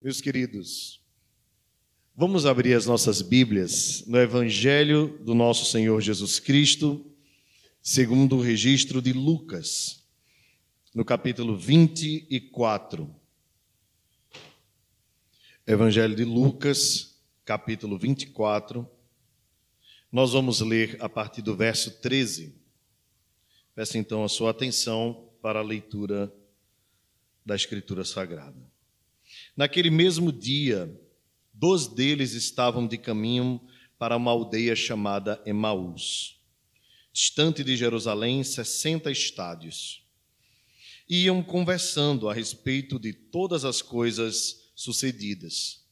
Meus queridos, vamos abrir as nossas Bíblias no Evangelho do nosso Senhor Jesus Cristo, segundo o registro de Lucas, no capítulo 24. Evangelho de Lucas, capítulo 24. Nós vamos ler a partir do verso 13. Peço então a sua atenção para a leitura da Escritura Sagrada. Naquele mesmo dia, 2 deles estavam de caminho para uma aldeia chamada Emaús, distante de Jerusalém 60 estádios. Iam conversando a respeito de todas as coisas sucedidas.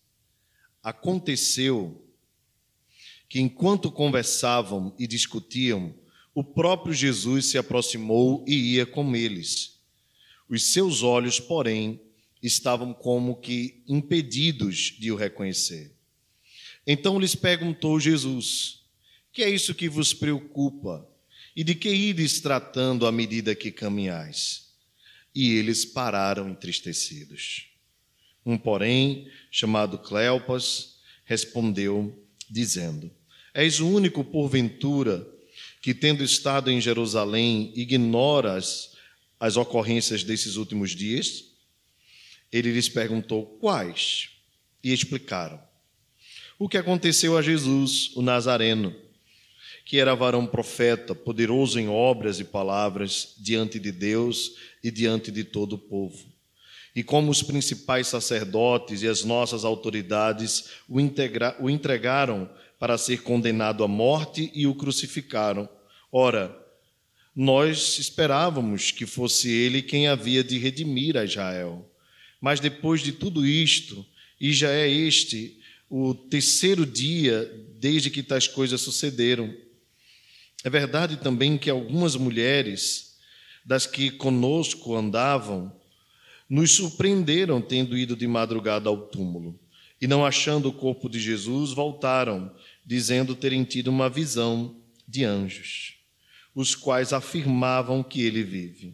Aconteceu que, enquanto conversavam e discutiam, o próprio Jesus se aproximou e ia com eles. Os seus olhos, porém, estavam como que impedidos de o reconhecer. Então lhes perguntou Jesus: que é isso que vos preocupa? E de que ides tratando à medida que caminhais? E eles pararam entristecidos. Um, porém, chamado Cleopas, respondeu, dizendo: és o único, porventura, que, tendo estado em Jerusalém, ignoras as ocorrências desses últimos dias? Ele lhes perguntou quais, e explicaram o que aconteceu a Jesus, o Nazareno, que era varão profeta, poderoso em obras e palavras diante de Deus e diante de todo o povo. E como os principais sacerdotes e as nossas autoridades o entregaram para ser condenado à morte e o crucificaram. Ora, nós esperávamos que fosse ele quem havia de redimir a Israel. Mas depois de tudo isto, e já é este o 3º dia desde que tais coisas sucederam, é verdade também que algumas mulheres das que conosco andavam nos surpreenderam tendo ido de madrugada ao túmulo e, não achando o corpo de Jesus, voltaram, dizendo terem tido uma visão de anjos, os quais afirmam que ele vive.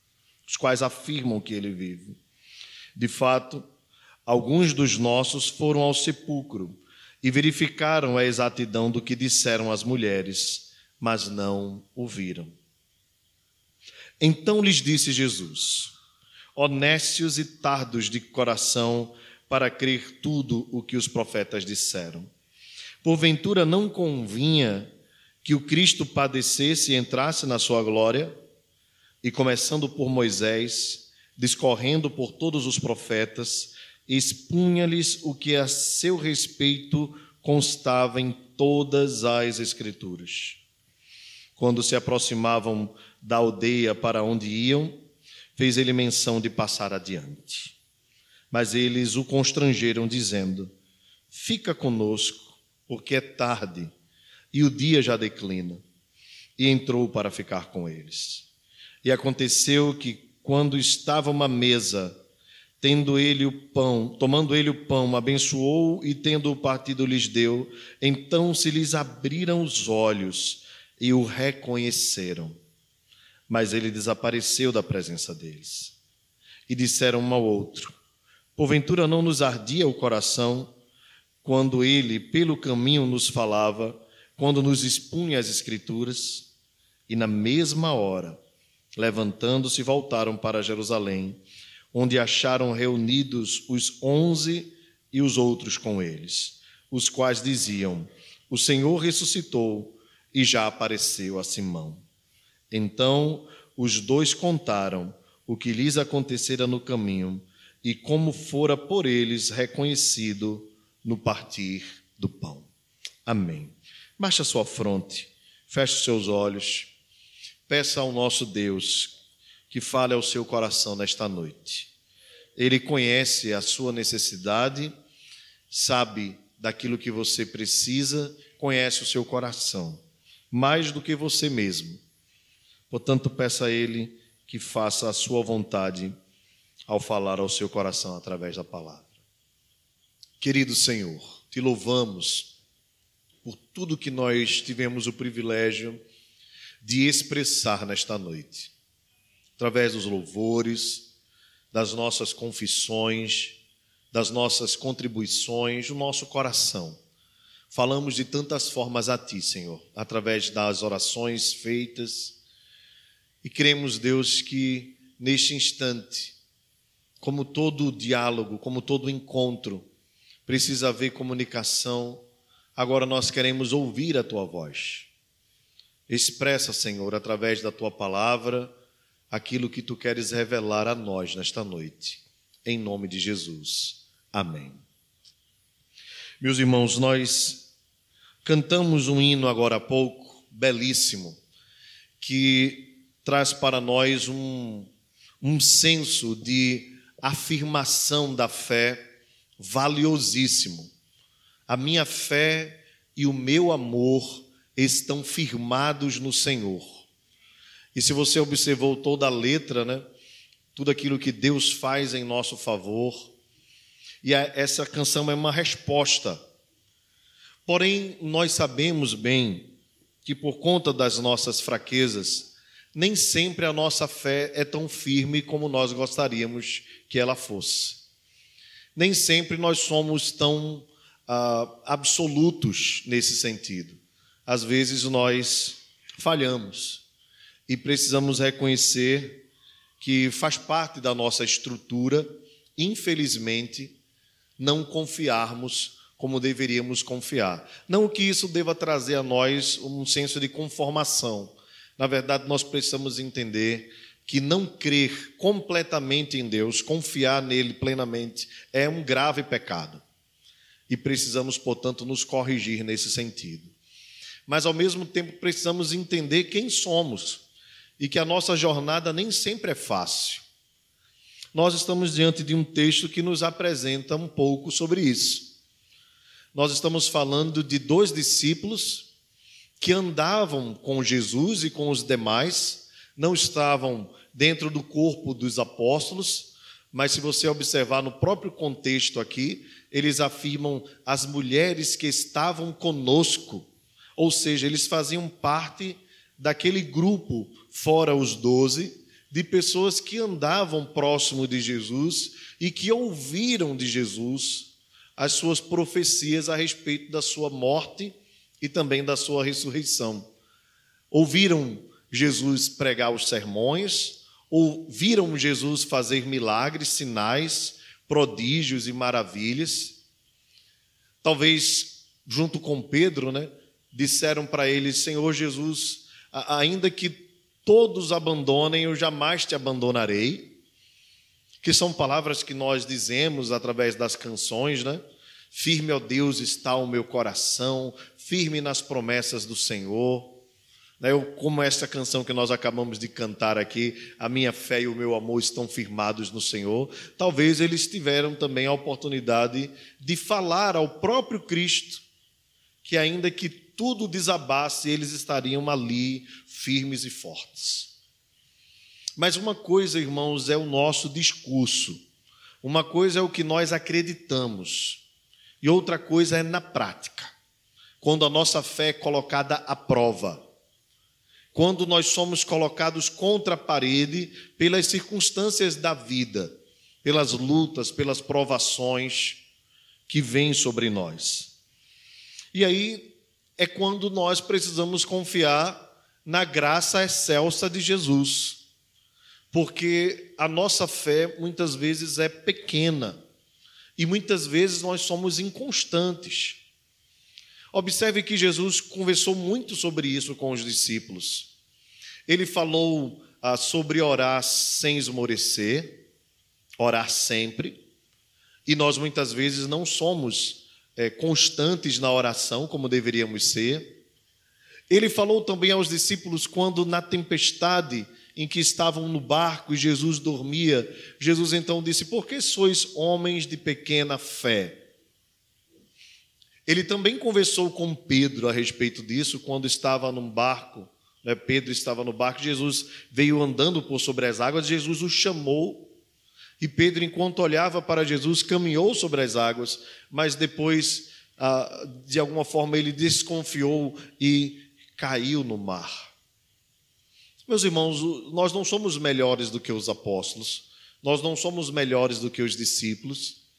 De fato, alguns dos nossos foram ao sepulcro e verificaram a exatidão do que disseram as mulheres, mas não o viram. Então lhes disse Jesus: ó nécios e tardos de coração, para crer tudo o que os profetas disseram. Porventura não convinha que o Cristo padecesse e entrasse na sua glória? E começando por Moisés, discorrendo por todos os profetas, expunha-lhes o que a seu respeito constava em todas as Escrituras. Quando se aproximavam da aldeia para onde iam, fez ele menção de passar adiante. Mas eles o constrangeram, dizendo: fica conosco, porque é tarde e o dia já declina. E entrou para ficar com eles. E aconteceu que, quando estavam à mesa, tomando ele o pão, abençoou e, tendo-o partido, lhes deu. Então se lhes abriram os olhos e o reconheceram. Mas ele desapareceu da presença deles. E disseram um ao outro: porventura não nos ardia o coração quando ele, pelo caminho, nos falava, quando nos expunha as Escrituras? E na mesma hora, levantando-se, voltaram para Jerusalém, onde acharam reunidos os 11 e os outros com eles, os quais diziam: o Senhor ressuscitou e já apareceu a Simão. Então os 2 contaram o que lhes acontecera no caminho e como fora por eles reconhecido no partir do pão. Amém. Baixe a sua fronte, feche os seus olhos. Peça ao nosso Deus que fale ao seu coração nesta noite. Ele conhece a sua necessidade, sabe daquilo que você precisa, conhece o seu coração, mais do que você mesmo. Portanto, peça a Ele que faça a sua vontade ao falar ao seu coração através da palavra. Querido Senhor, te louvamos por tudo que nós tivemos o privilégio de expressar nesta noite, através dos louvores, das nossas confissões, das nossas contribuições, do nosso coração. Falamos de tantas formas a Ti, Senhor, através das orações feitas. E cremos, Deus, que neste instante, como todo diálogo, como todo encontro, precisa haver comunicação. Agora nós queremos ouvir a Tua voz. Expressa, Senhor, através da Tua palavra, aquilo que Tu queres revelar a nós nesta noite. Em nome de Jesus. Amém. Meus irmãos, nós cantamos um hino agora há pouco, belíssimo, que traz para nós um senso de afirmação da fé valiosíssimo. A minha fé e o meu amor estão firmados no Senhor. E se você observou toda a letra, né? Tudo aquilo que Deus faz em nosso favor, e essa canção é uma resposta. Porém, nós sabemos bem que por conta das nossas fraquezas, nem sempre a nossa fé é tão firme como nós gostaríamos que ela fosse. Nem sempre nós somos tão absolutos nesse sentido. Às vezes nós falhamos e precisamos reconhecer que faz parte da nossa estrutura, infelizmente, não confiarmos como deveríamos confiar. Não que isso deva trazer a nós um senso de conformação. Na verdade, nós precisamos entender que não crer completamente em Deus, confiar nele plenamente, é um grave pecado. E precisamos, portanto, nos corrigir nesse sentido. Mas, ao mesmo tempo, precisamos entender quem somos e que a nossa jornada nem sempre é fácil. Nós estamos diante de um texto que nos apresenta um pouco sobre isso. Nós estamos falando de 2 discípulos que andavam com Jesus e com os demais, não estavam dentro do corpo dos apóstolos, mas se você observar no próprio contexto aqui, eles afirmam as mulheres que estavam conosco, ou seja, eles faziam parte daquele grupo, fora os 12, de pessoas que andavam próximo de Jesus e que ouviram de Jesus as suas profecias a respeito da sua morte e também da sua ressurreição. Ouviram Jesus pregar os sermões, ouviram Jesus fazer milagres, sinais, prodígios e maravilhas. Talvez, junto com Pedro, né, disseram para ele: Senhor Jesus, ainda que todos abandonem, eu jamais te abandonarei. Que são palavras que nós dizemos através das canções, né? Firme, ó Deus, está o meu coração, firme nas promessas do Senhor. Como essa canção que nós acabamos de cantar aqui, a minha fé e o meu amor estão firmados no Senhor. Talvez eles tiveram também a oportunidade de falar ao próprio Cristo, que ainda que tudo desabasse, eles estariam ali firmes e fortes. Mas uma coisa, irmãos, é o nosso discurso. Uma coisa é o que nós acreditamos. E outra coisa é na prática. Quando a nossa fé é colocada à prova. Quando nós somos colocados contra a parede pelas circunstâncias da vida, pelas lutas, pelas provações que vêm sobre nós. E aí é quando nós precisamos confiar na graça excelsa de Jesus. Porque a nossa fé muitas vezes é pequena e muitas vezes nós somos inconstantes. Observe que Jesus conversou muito sobre isso com os discípulos. Ele falou sobre orar sem esmorecer, orar sempre, e nós muitas vezes não somos constantes na oração como deveríamos ser. Ele falou também aos discípulos quando na tempestade em que estavam no barco e Jesus dormia, Jesus então disse: por que sois homens de pequena fé? Ele também conversou com Pedro a respeito disso, quando estava num barco, né? Pedro estava no barco, Jesus veio andando por sobre as águas, Jesus o chamou, e Pedro, enquanto olhava para Jesus, caminhou sobre as águas, mas depois, de alguma forma, ele desconfiou e caiu no mar. Meus irmãos, nós não somos melhores do que os apóstolos, nós não somos melhores do que os discípulos,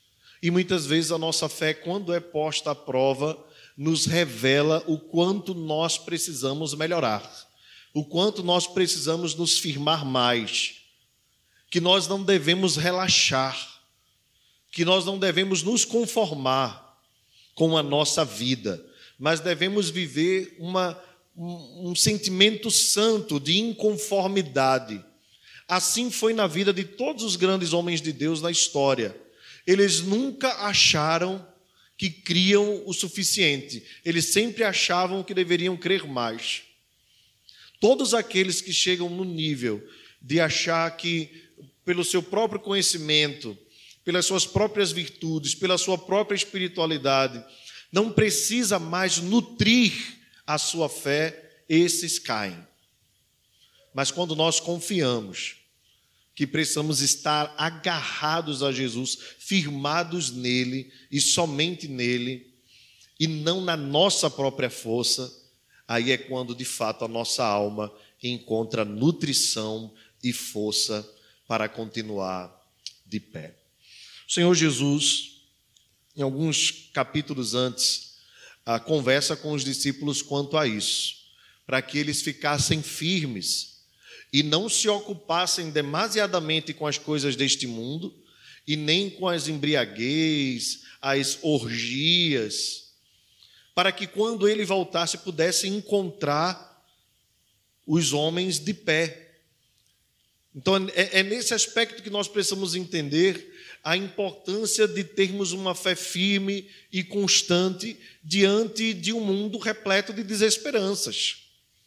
E muitas vezes a nossa fé, quando é posta à prova, nos revela o quanto nós precisamos melhorar, o quanto nós precisamos nos firmar mais, que nós não devemos relaxar, que nós não devemos nos conformar com a nossa vida, mas devemos viver um sentimento santo de inconformidade. Assim foi na vida de todos os grandes homens de Deus na história. Eles nunca acharam que criam o suficiente. Eles sempre achavam que deveriam crer mais. Todos aqueles que chegam no nível de achar que, pelo seu próprio conhecimento, pelas suas próprias virtudes, pela sua própria espiritualidade, não precisa mais nutrir a sua fé, esses caem. Mas quando nós confiamos que precisamos estar agarrados a Jesus, firmados nele e somente nele, e não na nossa própria força, aí é quando de fato a nossa alma encontra nutrição e força para continuar de pé. O Senhor Jesus, em alguns capítulos antes, conversa com os discípulos quanto a isso, para que eles ficassem firmes e não se ocupassem demasiadamente com as coisas deste mundo e nem com as embriaguez, as orgias, para que quando ele voltasse pudesse encontrar os homens de pé. Então é nesse aspecto que nós precisamos entender a importância de termos uma fé firme e constante diante de um mundo repleto de desesperanças.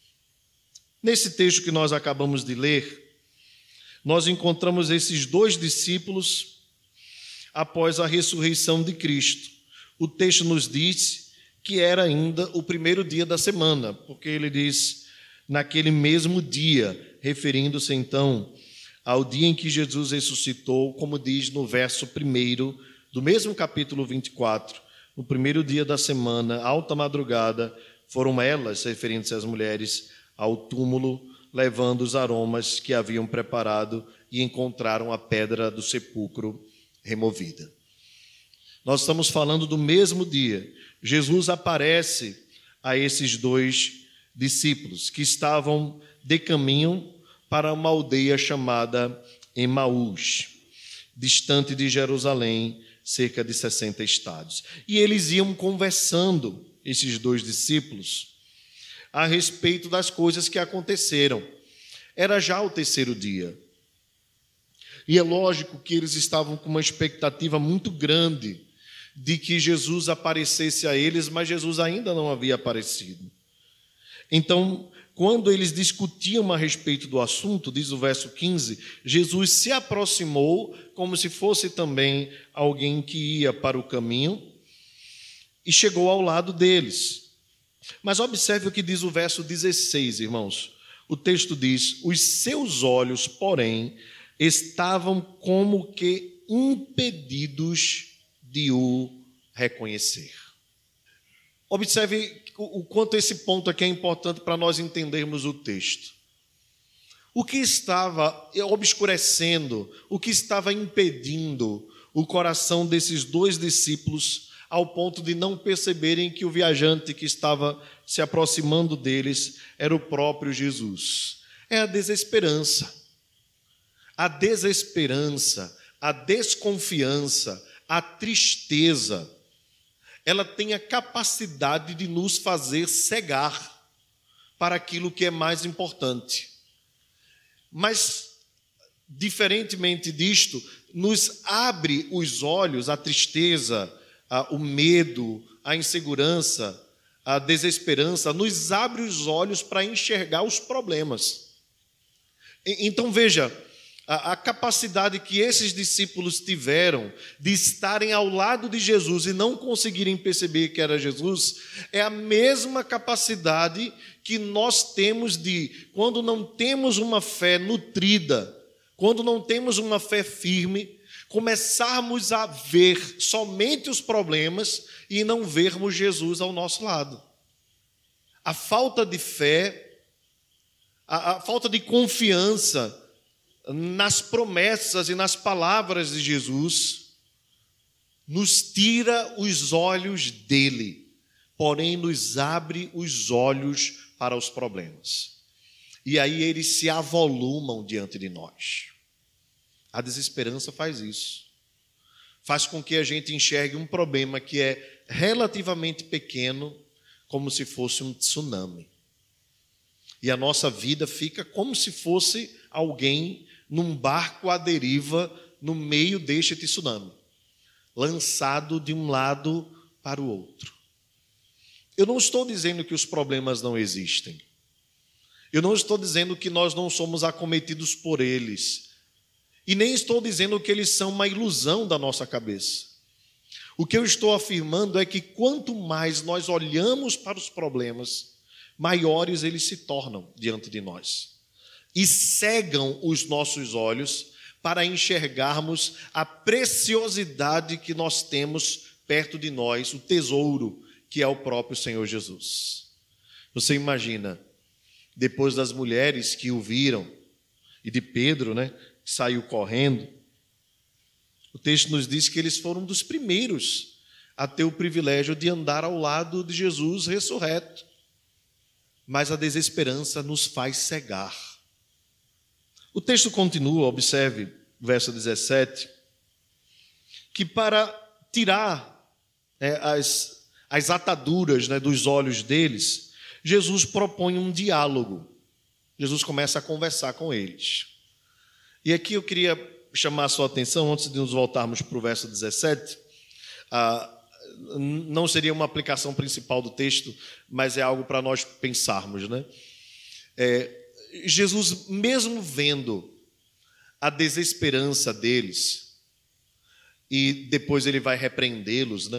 Nesse texto que nós acabamos de ler, nós encontramos esses dois discípulos após a ressurreição de Cristo. O texto nos diz que era ainda o primeiro dia da semana, porque ele diz, naquele mesmo dia, referindo-se então ao dia em que Jesus ressuscitou, como diz no verso 1 do mesmo capítulo 24, no primeiro dia da semana, alta madrugada, foram elas, referindo-se às mulheres, ao túmulo, levando os aromas que haviam preparado e encontraram a pedra do sepulcro removida. Nós estamos falando do mesmo dia. Jesus aparece a esses dois discípulos que estavam de caminho para uma aldeia chamada Emaús, distante de Jerusalém, cerca de 60 estádios. E eles iam conversando, esses dois discípulos, a respeito das coisas que aconteceram. Era já o terceiro dia. E é lógico que eles estavam com uma expectativa muito grande de que Jesus aparecesse a eles, mas Jesus ainda não havia aparecido. Então, quando eles discutiam a respeito do assunto, diz o verso 15, Jesus se aproximou como se fosse também alguém que ia para o caminho e chegou ao lado deles. Mas observe o que diz o verso 16, irmãos. O texto diz, os seus olhos, porém, estavam como que impedidos de o reconhecer. Observe o quanto esse ponto aqui é importante para nós entendermos o texto. O que estava obscurecendo, o que estava impedindo o coração desses dois discípulos ao ponto de não perceberem que o viajante que estava se aproximando deles era o próprio Jesus? É a desesperança. A desesperança, a desconfiança, a tristeza, ela tem a capacidade de nos fazer cegar para aquilo que é mais importante. Mas, diferentemente disto, nos abre os olhos, a tristeza, o medo, a insegurança, a desesperança, nos abre os olhos para enxergar os problemas. Então, veja, a capacidade que esses discípulos tiveram de estarem ao lado de Jesus e não conseguirem perceber que era Jesus, é a mesma capacidade que nós temos de, quando não temos uma fé nutrida, quando não temos uma fé firme, começarmos a ver somente os problemas e não vermos Jesus ao nosso lado. A falta de fé, a falta de confiança nas promessas e nas palavras de Jesus nos tira os olhos dele, porém nos abre os olhos para os problemas. E aí eles se avolumam diante de nós. A desesperança faz isso. Faz com que a gente enxergue um problema que é relativamente pequeno, como se fosse um tsunami. E a nossa vida fica como se fosse alguém num barco à deriva no meio deste tsunami, lançado de um lado para o outro. Eu não estou dizendo que os problemas não existem. Eu não estou dizendo que nós não somos acometidos por eles. E nem estou dizendo que eles são uma ilusão da nossa cabeça. O que eu estou afirmando é que quanto mais nós olhamos para os problemas, maiores eles se tornam diante de nós. E cegam os nossos olhos para enxergarmos a preciosidade que nós temos perto de nós, o tesouro que é o próprio Senhor Jesus. Você imagina, depois das mulheres que o viram, e de Pedro, que saiu correndo, o texto nos diz que eles foram dos primeiros a ter o privilégio de andar ao lado de Jesus ressurreto. Mas a desesperança nos faz cegar. O texto continua, observe o verso 17, que para tirar as ataduras dos olhos deles, Jesus propõe um diálogo. Jesus começa a conversar com eles. E aqui eu queria chamar a sua atenção, antes de nos voltarmos para o verso 17, não seria uma aplicação principal do texto, mas é algo para nós pensarmos, Jesus, mesmo vendo a desesperança deles, e depois ele vai repreendê-los,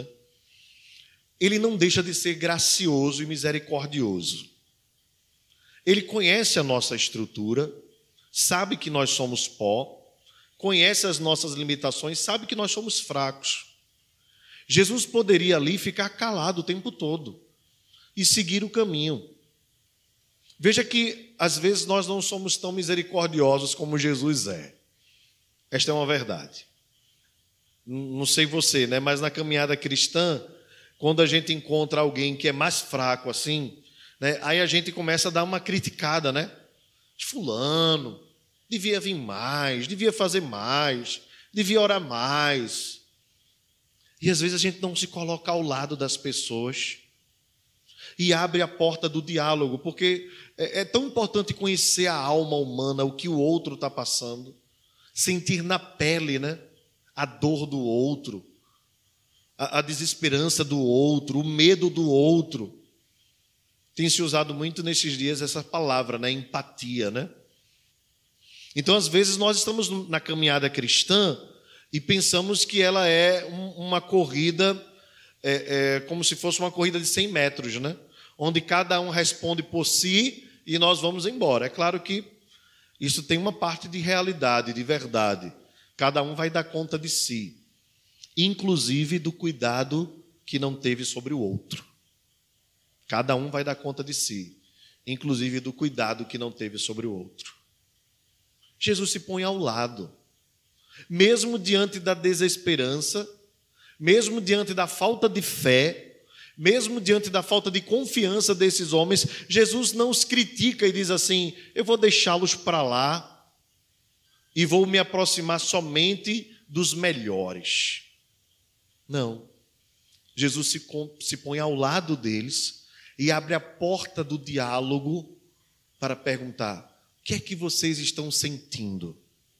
ele não deixa de ser gracioso e misericordioso. Ele conhece a nossa estrutura, sabe que nós somos pó, conhece as nossas limitações, sabe que nós somos fracos. Jesus poderia ali ficar calado o tempo todo e seguir o caminho. Veja que, às vezes, nós não somos tão misericordiosos como Jesus é. Esta é uma verdade. Não sei você, mas na caminhada cristã, quando a gente encontra alguém que é mais fraco assim, aí a gente começa a dar uma criticada, Fulano, devia vir mais, devia fazer mais, devia orar mais. E às vezes a gente não se coloca ao lado das pessoas e abre a porta do diálogo, porque é tão importante conhecer a alma humana, o que o outro está passando, sentir na pele, a dor do outro, a desesperança do outro, o medo do outro. Tem se usado muito nesses dias essa palavra, empatia, Então, às vezes, nós estamos na caminhada cristã e pensamos que ela é uma corrida, como se fosse uma corrida de 100 metros, onde cada um responde por si e nós vamos embora. É claro que isso tem uma parte de realidade, de verdade. Cada um vai dar conta de si, inclusive do cuidado que não teve sobre o outro. Cada um vai dar conta de si, inclusive do cuidado que não teve sobre o outro. Jesus se põe ao lado, mesmo diante da desesperança, mesmo diante da falta de fé, mesmo diante da falta de confiança desses homens, Jesus não os critica e diz assim: eu vou deixá-los para lá e vou me aproximar somente dos melhores. Não. Jesus se põe ao lado deles e abre a porta do diálogo para perguntar: o que é que vocês estão sentindo?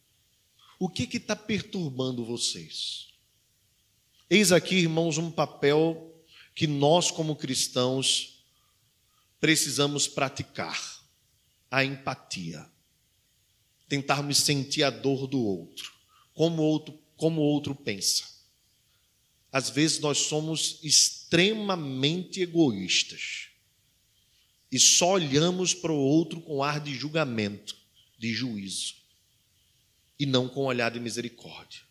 O que está perturbando vocês? Eis aqui, irmãos, um papel que nós, como cristãos, precisamos praticar: a empatia. Tentarmos sentir a dor do outro, como o outro pensa. Às vezes nós somos extremamente egoístas e só olhamos para o outro com ar de julgamento, de juízo, e não com olhar de misericórdia.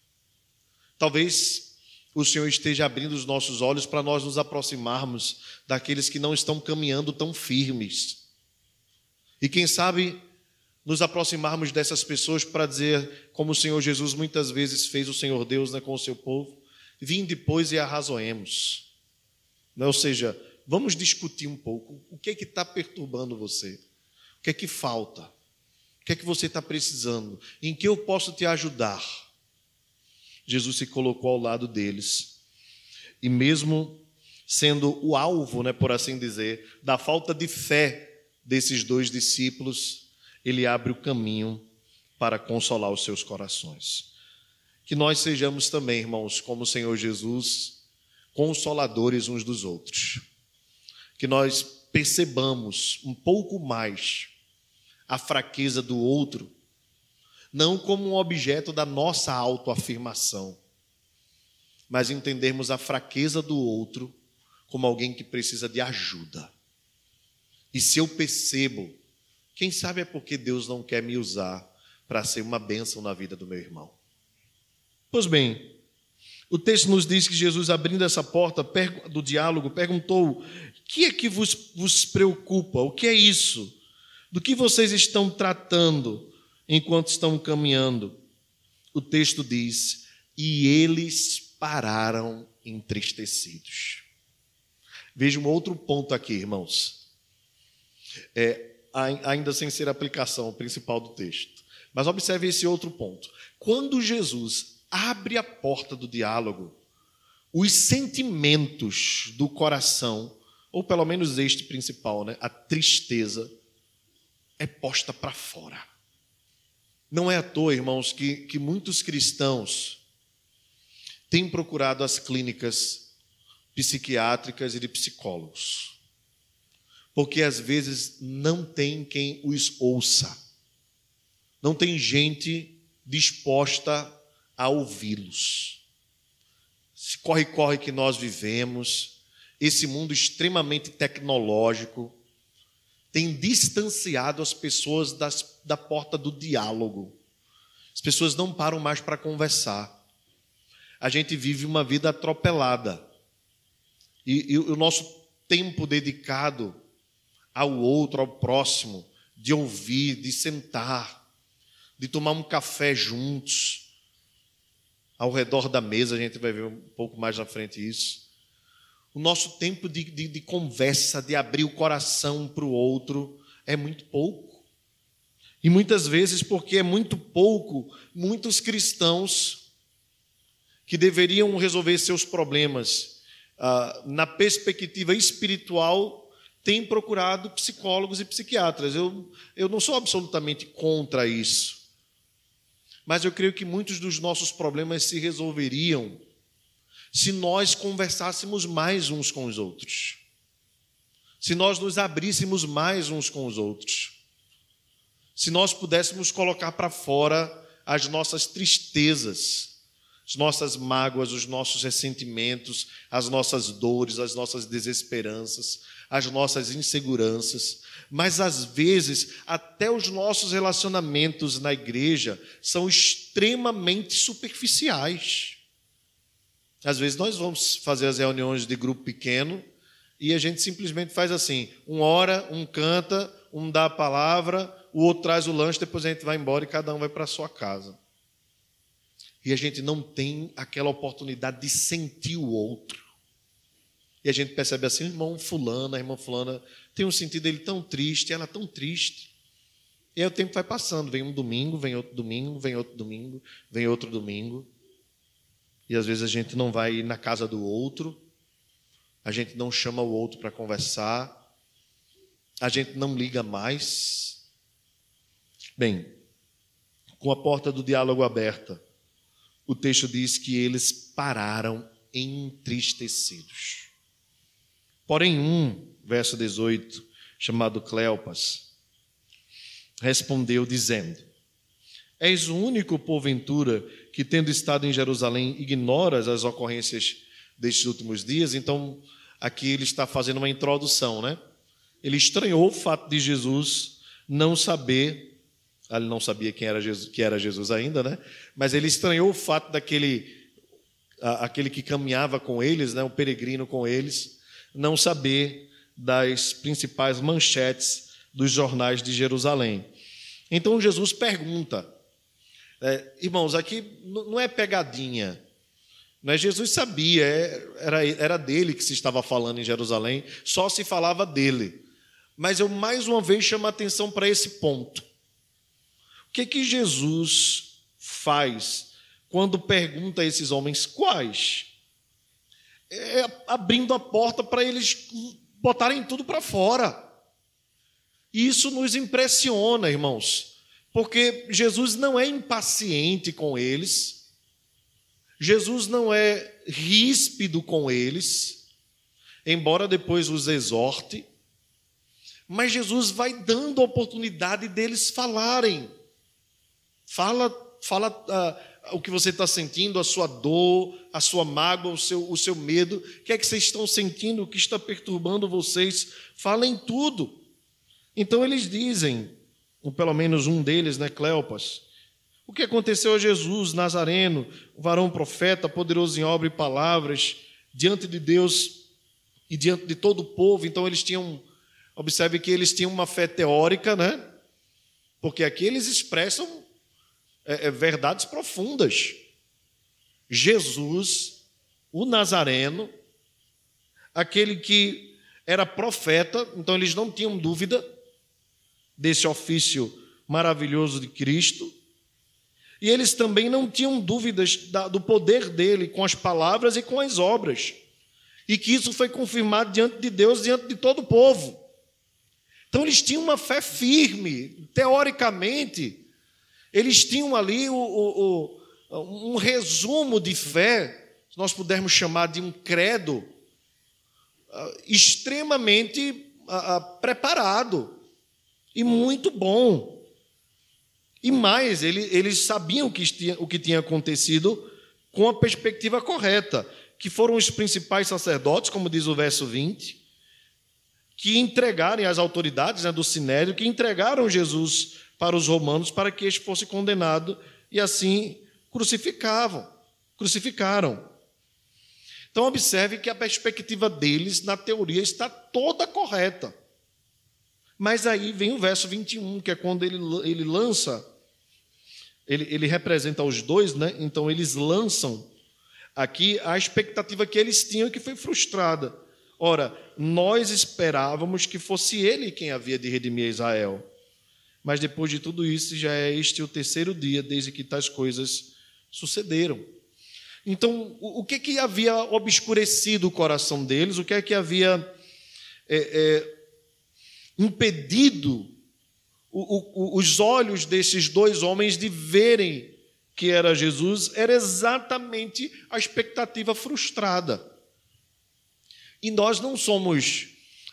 Talvez o Senhor esteja abrindo os nossos olhos para nós nos aproximarmos daqueles que não estão caminhando tão firmes. E quem sabe nos aproximarmos dessas pessoas para dizer, como o Senhor Jesus muitas vezes fez o Senhor Deus com o seu povo: vinde depois e arrazoemos. Ou seja, vamos discutir um pouco o que é que está perturbando você, o que é que falta, o que é que você está precisando, em que eu posso te ajudar. Jesus se colocou ao lado deles, e mesmo sendo o alvo, por assim dizer, da falta de fé desses dois discípulos, ele abre o caminho para consolar os seus corações. Que nós sejamos também, irmãos, como o Senhor Jesus, consoladores uns dos outros. Que nós percebamos um pouco mais a fraqueza do outro, não como um objeto da nossa autoafirmação, mas entendermos a fraqueza do outro como alguém que precisa de ajuda. E se eu percebo, quem sabe é porque Deus não quer me usar para ser uma bênção na vida do meu irmão. Pois bem, o texto nos diz que Jesus, abrindo essa porta do diálogo, perguntou: o que é que vos preocupa? O que é isso? Do que vocês estão tratando enquanto estão caminhando? O texto diz: e eles pararam entristecidos. Veja um outro ponto aqui, irmãos. Ainda sem ser a aplicação principal do texto. Mas observe esse outro ponto. Quando Jesus abre a porta do diálogo, os sentimentos do coração, ou pelo menos este principal, a tristeza, é posta para fora. Não é à toa, irmãos, que muitos cristãos têm procurado as clínicas psiquiátricas e de psicólogos, porque às vezes não tem quem os ouça, não tem gente disposta a ouvi-los. Esse corre-corre que nós vivemos, esse mundo extremamente tecnológico, tem distanciado as pessoas da porta do diálogo. As pessoas não param mais para conversar. A gente vive uma vida atropelada. E o nosso tempo dedicado ao outro, ao próximo, de ouvir, de sentar, de tomar um café juntos, ao redor da mesa, a gente vai ver um pouco mais na frente isso. O nosso tempo de conversa, de abrir o coração para o outro, é muito pouco. E muitas vezes, porque é muito pouco, muitos cristãos que deveriam resolver seus problemas na perspectiva espiritual, têm procurado psicólogos e psiquiatras. Eu não sou absolutamente contra isso, mas eu creio que muitos dos nossos problemas se resolveriam se nós conversássemos mais uns com os outros, se nós nos abríssemos mais uns com os outros, se nós pudéssemos colocar para fora as nossas tristezas, as nossas mágoas, os nossos ressentimentos, as nossas dores, as nossas desesperanças, as nossas inseguranças. Mas, às vezes, até os nossos relacionamentos na igreja são extremamente superficiais. Às vezes, nós vamos fazer as reuniões de grupo pequeno e a gente simplesmente faz assim: um ora, um canta, um dá a palavra, o outro traz o lanche, depois a gente vai embora e cada um vai para a sua casa. E a gente não tem aquela oportunidade de sentir o outro. E a gente percebe assim: o irmão fulano, a irmã fulana tem um sentido dele tão triste, ela tão triste. E aí o tempo vai passando, vem um domingo, vem outro domingo, vem outro domingo, vem outro domingo. E às vezes a gente não vai na casa do outro, a gente não chama o outro para conversar, a gente não liga mais. Bem, com a porta do diálogo aberta, o texto diz que eles pararam entristecidos. Porém, verso 18, chamado Cleopas, respondeu dizendo: és o único, porventura, que, tendo estado em Jerusalém, ignoras as ocorrências destes últimos dias? Então, aqui ele está fazendo uma introdução, Ele estranhou o fato de Jesus não saber. Ele não sabia que era Jesus ainda, Mas ele estranhou o fato aquele que caminhava com eles, o peregrino com eles, não saber das principais manchetes dos jornais de Jerusalém. Então Jesus pergunta, irmãos, aqui não é pegadinha, Não é? Jesus sabia, era dele que se estava falando em Jerusalém, só se falava dele. Mas eu mais uma vez chamo a atenção para esse ponto. O que Jesus faz quando pergunta a esses homens quais? Abrindo a porta para eles botarem tudo para fora. Isso nos impressiona, irmãos, porque Jesus não é impaciente com eles, Jesus não é ríspido com eles, embora depois os exorte, mas Jesus vai dando a oportunidade deles falarem. Fala o que você está sentindo, a sua dor, a sua mágoa, o seu medo, o que é que vocês estão sentindo, o que está perturbando vocês, falem tudo. Então eles dizem, ou pelo menos um deles, Cleopas, o que aconteceu a Jesus, Nazareno, o varão profeta, poderoso em obra e palavras, diante de Deus e diante de todo o povo. Então eles tinham, observe que eles tinham uma fé teórica, porque aqui eles expressam verdades profundas. Jesus, o Nazareno, aquele que era profeta, então eles não tinham dúvida desse ofício maravilhoso de Cristo, e eles também não tinham dúvidas do poder dele com as palavras e com as obras, e que isso foi confirmado diante de Deus, diante de todo o povo. Então eles tinham uma fé firme, teoricamente, eles tinham ali um resumo de fé, se nós pudermos chamar de um credo, extremamente preparado e muito bom. E mais, eles sabiam o que tinha acontecido com a perspectiva correta, que foram os principais sacerdotes, como diz o verso 20, que entregaram as autoridades do Sinédrio, que entregaram Jesus para os romanos, para que este fosse condenado, e assim crucificaram. Então, observe que a perspectiva deles, na teoria, está toda correta. Mas aí vem o verso 21, que é quando ele lança, ele representa os dois, Então eles lançam aqui a expectativa que eles tinham, que foi frustrada. Ora, nós esperávamos que fosse ele quem havia de redimir Israel. Mas depois de tudo isso, já é este o terceiro dia desde que tais coisas sucederam. Então, o que havia obscurecido o coração deles? O que é que havia impedido os olhos desses dois homens de verem que era Jesus? Era exatamente a expectativa frustrada. E nós não somos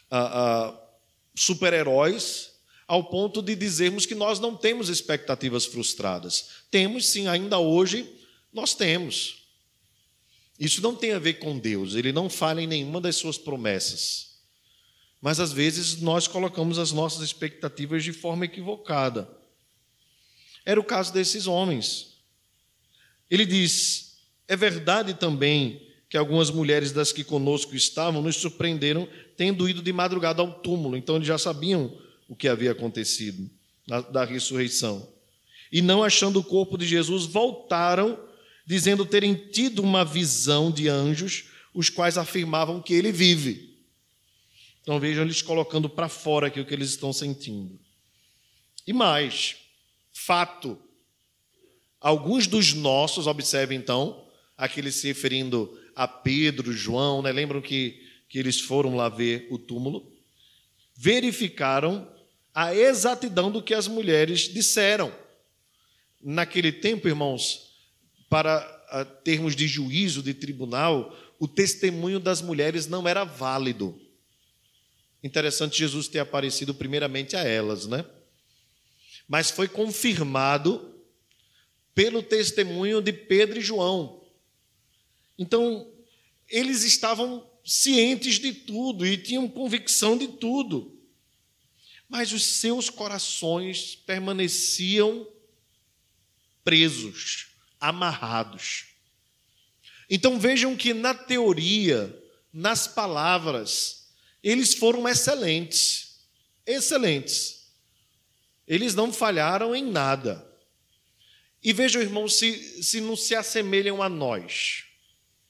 super-heróis ao ponto de dizermos que nós não temos expectativas frustradas. Temos, sim, ainda hoje nós temos. Isso não tem a ver com Deus, ele não falha em nenhuma das suas promessas. Mas, às vezes, nós colocamos as nossas expectativas de forma equivocada. Era o caso desses homens. Ele diz, é verdade também que algumas mulheres das que conosco estavam nos surpreenderam, tendo ido de madrugada ao túmulo. Então, eles já sabiam o que havia acontecido da ressurreição. E, não achando o corpo de Jesus, voltaram, dizendo terem tido uma visão de anjos, os quais afirmavam que ele vive. Então, vejam eles colocando para fora aqui o que eles estão sentindo. E mais, fato, alguns dos nossos, observem então, aqueles se referindo a Pedro, João, lembram que eles foram lá ver o túmulo, verificaram a exatidão do que as mulheres disseram. Naquele tempo, irmãos, para termos de juízo, de tribunal, o testemunho das mulheres não era válido. Interessante Jesus ter aparecido primeiramente a elas, Mas foi confirmado pelo testemunho de Pedro e João. Então, eles estavam cientes de tudo e tinham convicção de tudo. Mas os seus corações permaneciam presos, amarrados. Então, vejam que na teoria, nas palavras, eles foram excelentes. Excelentes. Eles não falharam em nada. E vejam, irmãos, se não se assemelham a nós.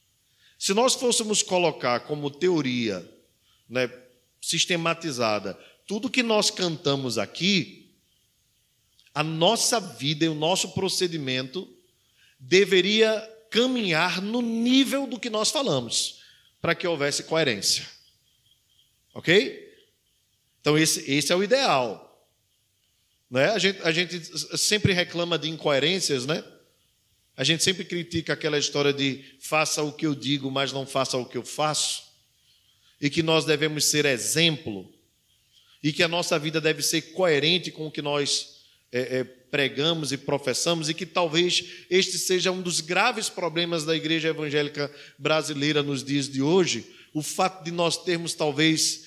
Se nós fôssemos colocar como teoria, né, sistematizada, tudo que nós cantamos aqui, a nossa vida e o nosso procedimento deveria caminhar no nível do que nós falamos, para que houvesse coerência. Ok? Então, esse é o ideal. Né? A gente sempre reclama de incoerências, né? A gente sempre critica aquela história de faça o que eu digo, mas não faça o que eu faço, e que nós devemos ser exemplo, e que a nossa vida deve ser coerente com o que nós pregamos e professamos, e que talvez este seja um dos graves problemas da igreja evangélica brasileira nos dias de hoje, o fato de nós termos talvez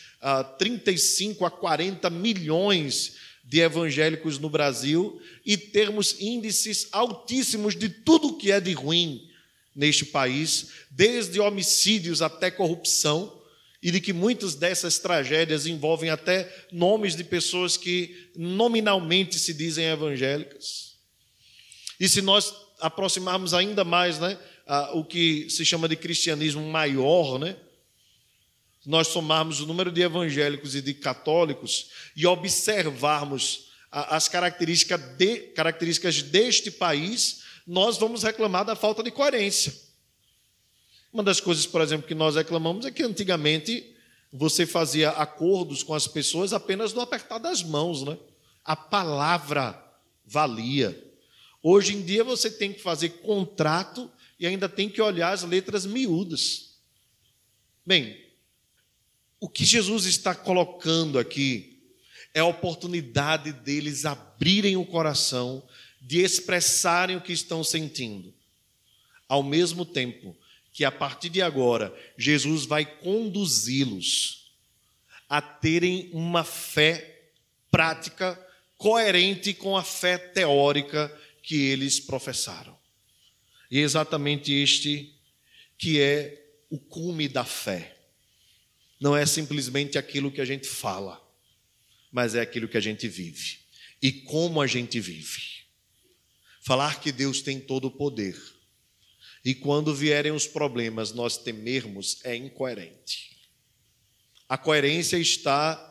35 a 40 milhões de evangélicos no Brasil e termos índices altíssimos de tudo que é de ruim neste país, desde homicídios até corrupção, e de que muitas dessas tragédias envolvem até nomes de pessoas que nominalmente se dizem evangélicas. E se nós aproximarmos ainda mais, né, o que se chama de cristianismo maior, né, nós somarmos o número de evangélicos e de católicos e observarmos as características deste país, nós vamos reclamar da falta de coerência. Uma das coisas, por exemplo, que nós reclamamos é que antigamente você fazia acordos com as pessoas apenas no apertar das mãos, né? A palavra valia. Hoje em dia você tem que fazer contrato e ainda tem que olhar as letras miúdas. Bem, o que Jesus está colocando aqui é a oportunidade deles abrirem o coração, de expressarem o que estão sentindo. Ao mesmo tempo que, a partir de agora, Jesus vai conduzi-los a terem uma fé prática, coerente com a fé teórica que eles professaram. E é exatamente este que é o cume da fé. Não é simplesmente aquilo que a gente fala, mas é aquilo que a gente vive. E como a gente vive. Falar que Deus tem todo o poder. E quando vierem os problemas, nós temermos, é incoerente. A coerência está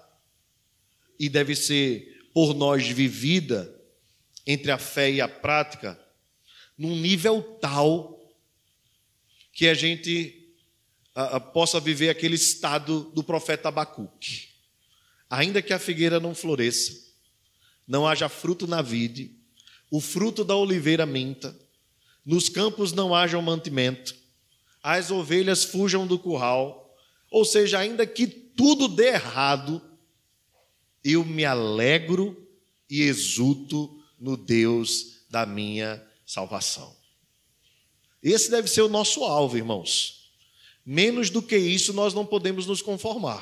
e deve ser por nós vivida entre a fé e a prática, num nível tal que a gente possa viver aquele estado do profeta Abacuque. Ainda que a figueira não floresça, não haja fruto na vide, o fruto da oliveira minta, nos campos não haja mantimento, as ovelhas fujam do curral, ou seja, ainda que tudo dê errado, eu me alegro e exulto no Deus da minha salvação. Esse deve ser o nosso alvo, irmãos. Menos do que isso, nós não podemos nos conformar.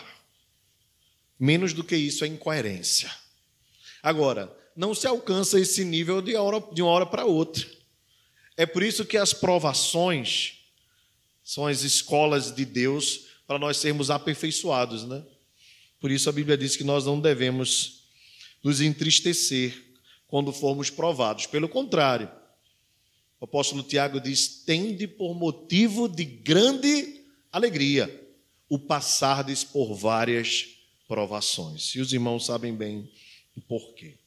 Menos do que isso é incoerência. Agora, não se alcança esse nível de uma hora para outra. É por isso que as provações são as escolas de Deus para nós sermos aperfeiçoados, né? Por isso a Bíblia diz que nós não devemos nos entristecer quando formos provados. Pelo contrário, o apóstolo Tiago diz: tende por motivo de grande alegria o passardes por várias provações. E os irmãos sabem bem o porquê.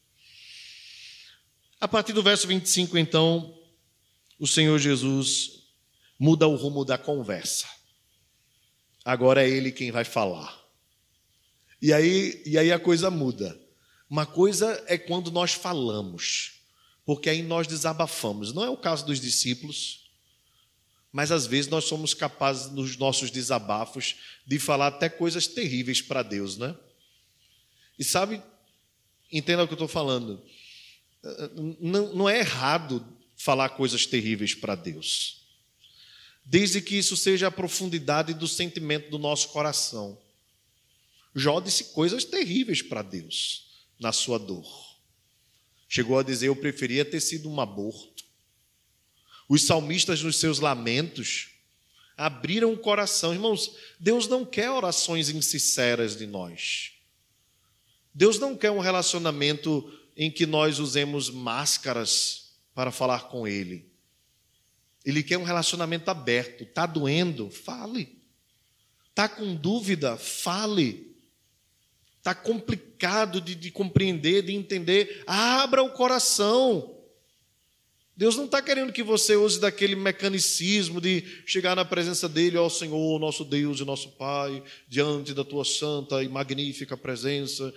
A partir do verso 25, então, o Senhor Jesus muda o rumo da conversa. Agora é Ele quem vai falar. E aí a coisa muda. Uma coisa é quando nós falamos, porque aí nós desabafamos. Não é o caso dos discípulos, mas às vezes nós somos capazes, nos nossos desabafos, de falar até coisas terríveis para Deus, né? E sabe, entenda o que eu estou falando, não é errado falar coisas terríveis para Deus, desde que isso seja a profundidade do sentimento do nosso coração. Jó disse coisas terríveis para Deus na sua dor. Chegou a dizer: eu preferia ter sido um aborto. Os salmistas, nos seus lamentos, abriram o coração. Irmãos, Deus não quer orações insinceras de nós. Deus não quer um relacionamento em que nós usemos máscaras para falar com Ele. Ele quer um relacionamento aberto. Está doendo? Fale. Está com dúvida? Fale. Está complicado de compreender, de entender? Abra o coração. Deus não está querendo que você use daquele mecanicismo de chegar na presença dele, ó Senhor, nosso Deus e nosso Pai, diante da tua santa e magnífica presença.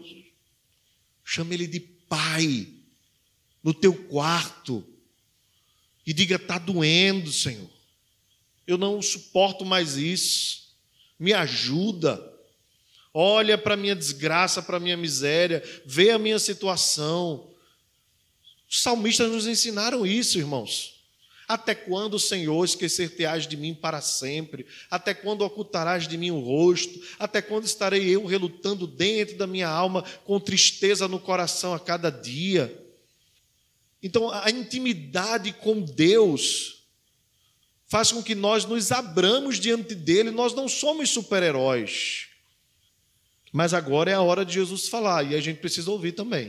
Chame ele de Pai, no teu quarto, e diga: está doendo, Senhor. Eu não suporto mais isso. Me ajuda. Olha para a minha desgraça, para a minha miséria, vê a minha situação. Os salmistas nos ensinaram isso, irmãos. Até quando, Senhor, esquecer-te-ás de mim para sempre? Até quando ocultarás de mim o rosto? Até quando estarei eu relutando dentro da minha alma, com tristeza no coração a cada dia? Então, a intimidade com Deus faz com que nós nos abramos diante dele. Nós não somos super-heróis. Mas agora é a hora de Jesus falar, e a gente precisa ouvir também.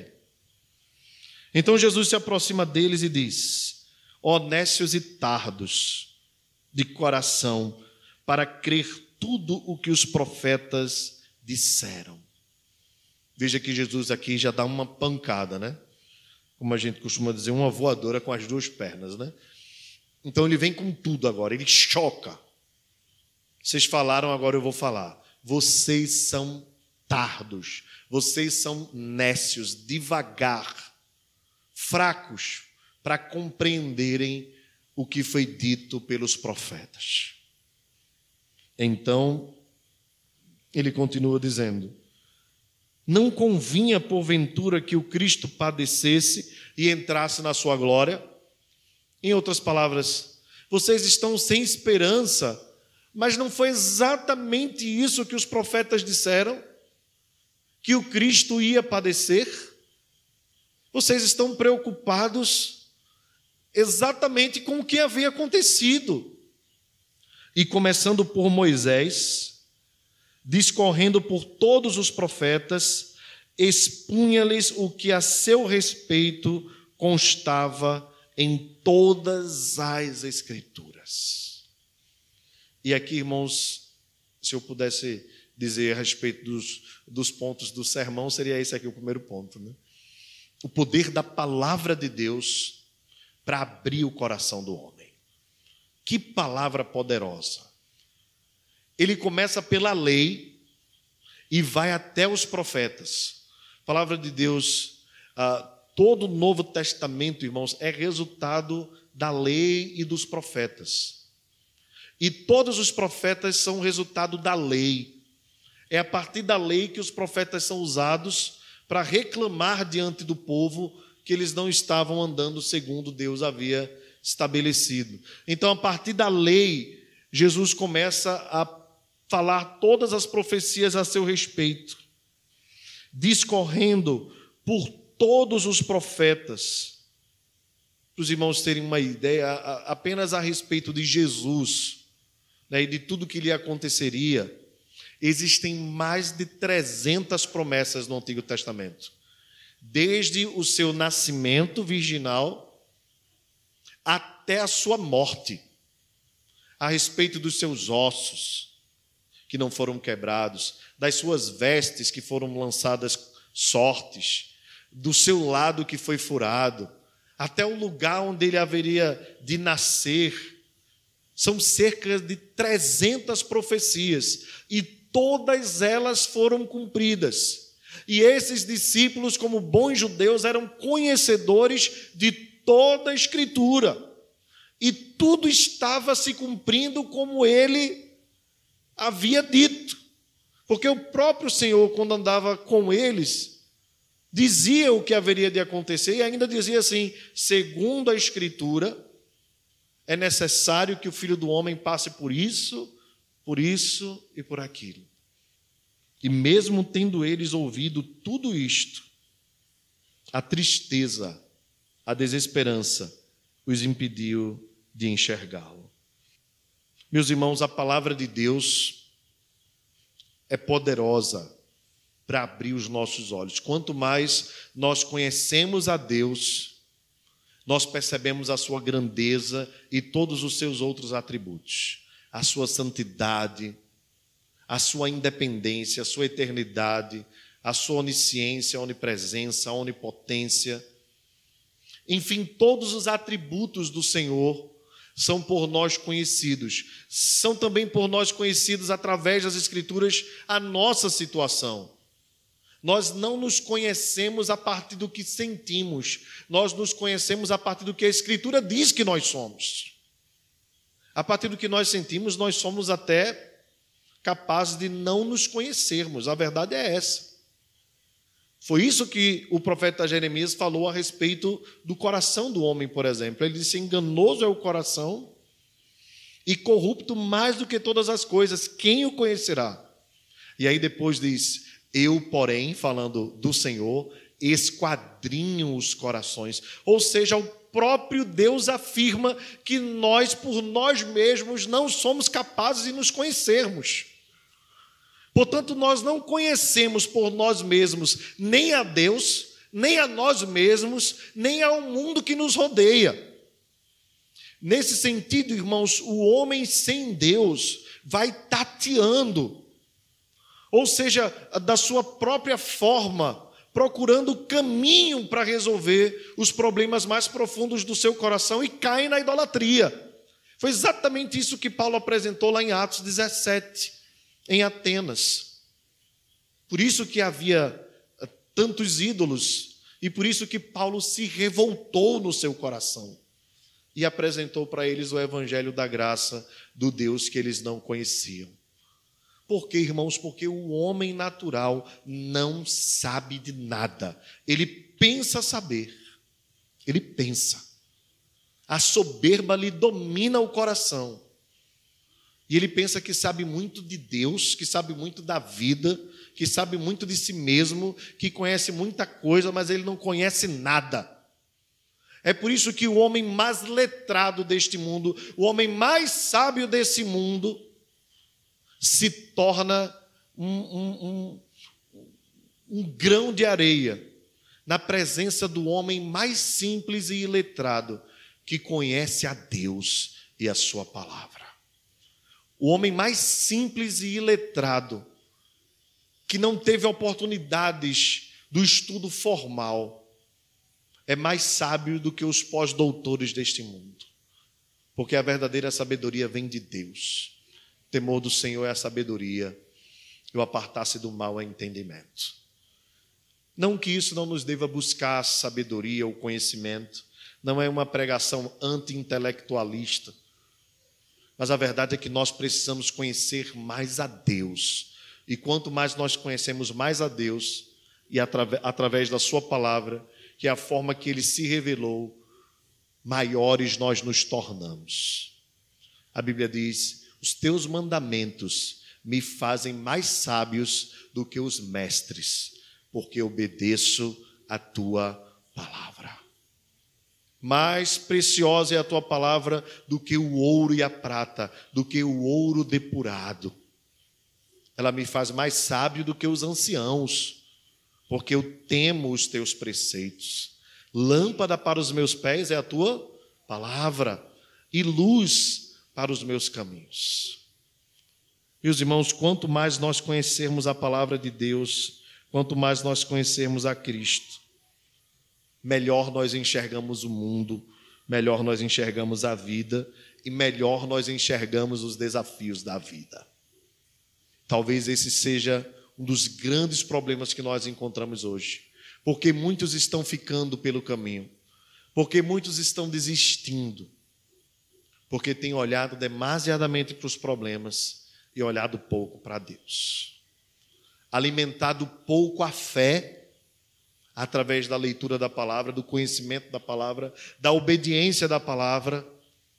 Então Jesus se aproxima deles e diz: ó nécios e tardos de coração, para crer tudo o que os profetas disseram. Veja que Jesus aqui já dá uma pancada, né? Como a gente costuma dizer, uma voadora com as duas pernas, né? Então ele vem com tudo agora, ele choca. Vocês falaram, agora eu vou falar. Vocês são tardos, vocês são nécios, devagar, fracos para compreenderem o que foi dito pelos profetas. Então, ele continua dizendo: não convinha, porventura, que o Cristo padecesse e entrasse na sua glória? Em outras palavras, vocês estão sem esperança, mas não foi exatamente isso que os profetas disseram? Que o Cristo ia padecer? Vocês estão preocupados exatamente com o que havia acontecido. E começando por Moisés, discorrendo por todos os profetas, expunha-lhes o que a seu respeito constava em todas as Escrituras. E aqui, irmãos, se eu pudesse dizer a respeito dos pontos do sermão, seria esse aqui o primeiro ponto, né? O poder da palavra de Deus para abrir o coração do homem. Que palavra poderosa! Ele começa pela lei e vai até os profetas. A palavra de Deus, todo o Novo Testamento, irmãos, é resultado da lei e dos profetas. E todos os profetas são resultado da lei. É a partir da lei que os profetas são usados para reclamar diante do povo que eles não estavam andando segundo Deus havia estabelecido. Então, a partir da lei, Jesus começa a falar todas as profecias a seu respeito, discorrendo por todos os profetas. Para os irmãos terem uma ideia, apenas a respeito de Jesus, né, e de tudo que lhe aconteceria, existem mais de 300 promessas no Antigo Testamento. Desde o seu nascimento virginal até a sua morte, a respeito dos seus ossos que não foram quebrados, das suas vestes que foram lançadas sortes, do seu lado que foi furado, até o lugar onde ele haveria de nascer. São cerca de 300 profecias e todas elas foram cumpridas. E esses discípulos, como bons judeus, eram conhecedores de toda a Escritura. E tudo estava se cumprindo como ele havia dito. Porque o próprio Senhor, quando andava com eles, dizia o que haveria de acontecer e ainda dizia assim: segundo a Escritura, é necessário que o Filho do Homem passe por isso e por aquilo. E mesmo tendo eles ouvido tudo isto, a tristeza, a desesperança os impediu de enxergá-lo. Meus irmãos, a palavra de Deus é poderosa para abrir os nossos olhos. Quanto mais nós conhecemos a Deus, nós percebemos a sua grandeza e todos os seus outros atributos, a sua santidade, a sua independência, a sua eternidade, a sua onisciência, a onipresença, a onipotência. Enfim, todos os atributos do Senhor são por nós conhecidos. São também por nós conhecidos através das Escrituras a nossa situação. Nós não nos conhecemos a partir do que sentimos, nós nos conhecemos a partir do que a Escritura diz que nós somos. A partir do que nós sentimos, nós somos até capazes de não nos conhecermos, a verdade é essa. Foi isso que o profeta Jeremias falou a respeito do coração do homem, por exemplo. Ele disse: enganoso é o coração e corrupto mais do que todas as coisas, quem o conhecerá? E aí depois diz: eu, porém, falando do Senhor, esquadrinho os corações. Ou seja, o próprio Deus afirma que nós, por nós mesmos, não somos capazes de nos conhecermos. Portanto, nós não conhecemos por nós mesmos nem a Deus, nem a nós mesmos, nem ao mundo que nos rodeia. Nesse sentido, irmãos, o homem sem Deus vai tateando, ou seja, da sua própria forma, procurando caminho para resolver os problemas mais profundos do seu coração e cai na idolatria. Foi exatamente isso que Paulo apresentou lá em Atos 17, em Atenas. Por isso que havia tantos ídolos e por isso que Paulo se revoltou no seu coração e apresentou para eles o evangelho da graça do Deus que eles não conheciam. Por quê, irmãos? Porque o homem natural não sabe de nada. Ele pensa saber. Ele pensa. A soberba lhe domina o coração. E ele pensa que sabe muito de Deus, que sabe muito da vida, que sabe muito de si mesmo, que conhece muita coisa, mas ele não conhece nada. É por isso que o homem mais letrado deste mundo, o homem mais sábio desse mundo, se torna um grão de areia na presença do homem mais simples e iletrado, que conhece a Deus e a sua palavra. O homem mais simples e iletrado, que não teve oportunidades do estudo formal, é mais sábio do que os pós-doutores deste mundo, porque a verdadeira sabedoria vem de Deus. O temor do Senhor é a sabedoria, e o apartar-se do mal é entendimento. Não que isso não nos deva buscar a sabedoria ou conhecimento, não é uma pregação anti-intelectualista, mas a verdade é que nós precisamos conhecer mais a Deus, e quanto mais nós conhecemos mais a Deus, e através da sua palavra, que é a forma que Ele se revelou, maiores nós nos tornamos. A Bíblia diz: os teus mandamentos me fazem mais sábios do que os mestres, porque obedeço a tua palavra. Mais preciosa é a tua palavra do que o ouro e a prata, do que o ouro depurado. Ela me faz mais sábio do que os anciãos, porque eu temo os teus preceitos. Lâmpada para os meus pés é a tua palavra, e luz para os meus caminhos. Meus irmãos, quanto mais nós conhecermos a palavra de Deus, quanto mais nós conhecermos a Cristo, melhor nós enxergamos o mundo, melhor nós enxergamos a vida e melhor nós enxergamos os desafios da vida. Talvez esse seja um dos grandes problemas que nós encontramos hoje, porque muitos estão ficando pelo caminho, porque muitos estão desistindo, porque têm olhado demasiadamente para os problemas e olhado pouco para Deus, alimentado pouco a fé através da leitura da palavra, do conhecimento da palavra, da obediência da palavra,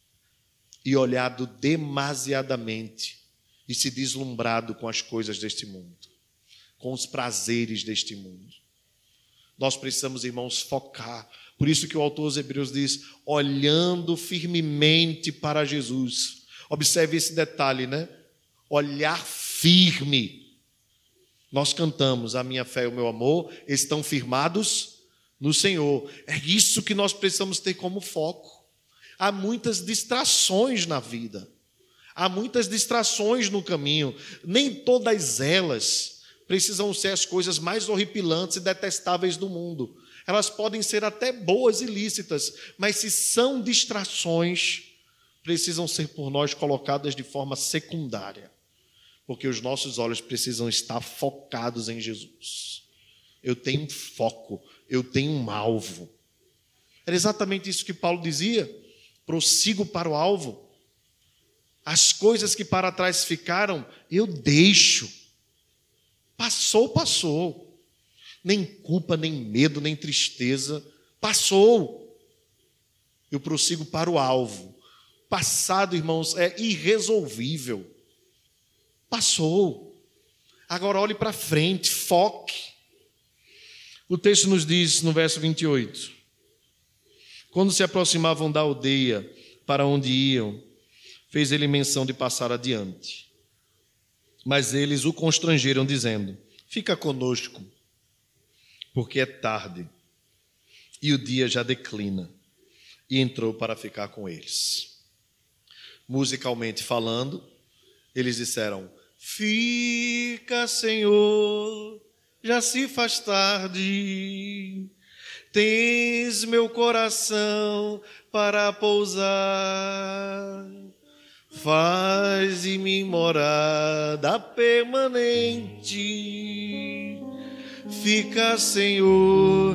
e olhado demasiadamente e se deslumbrado com as coisas deste mundo, com os prazeres deste mundo. Nós precisamos, irmãos, focar. Por isso que o autor aos Hebreus diz: olhando firmemente para Jesus. Observe esse detalhe, né? Olhar firme. Nós cantamos: a minha fé e o meu amor estão firmados no Senhor. É isso que nós precisamos ter como foco. Há muitas distrações na vida. Há muitas distrações no caminho. Nem todas elas precisam ser as coisas mais horripilantes e detestáveis do mundo. Elas podem ser até boas e lícitas, mas se são distrações, precisam ser por nós colocadas de forma secundária, porque os nossos olhos precisam estar focados em Jesus. Eu tenho um foco, eu tenho um alvo. Era exatamente isso que Paulo dizia: prossigo para o alvo. As coisas que para trás ficaram, eu deixo. Passou, passou. Nem culpa, nem medo, nem tristeza. Passou. Eu prossigo para o alvo. Passado, irmãos, é irresolvível. Passou. Agora olhe para frente, foque. O texto nos diz no verso 28. Quando se aproximavam da aldeia para onde iam, fez ele menção de passar adiante. Mas eles o constrangeram, dizendo: fica conosco, porque é tarde e o dia já declina. E entrou para ficar com eles. Musicalmente falando, eles disseram: fica, Senhor, já se faz tarde. Tens meu coração para pousar. Faz-me morada permanente. Fica, Senhor,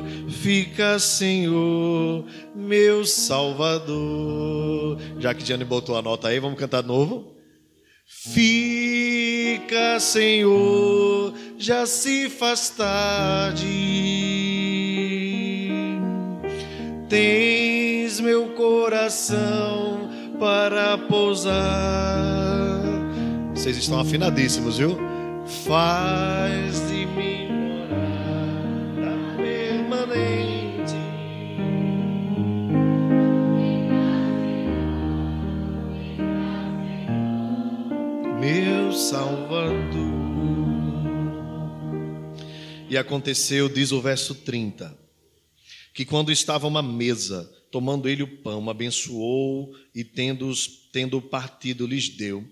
meu Salvador. Já que Gianni botou a nota aí, vamos cantar de novo? Fica, Senhor, já se faz tarde. Tens meu coração para pousar. Vocês estão afinadíssimos, viu? Faz de mim morada permanente. Meu Salvador. E aconteceu, diz o verso 30, que quando estavam à mesa, tomando ele o pão, abençoou e tendo partido, lhes deu.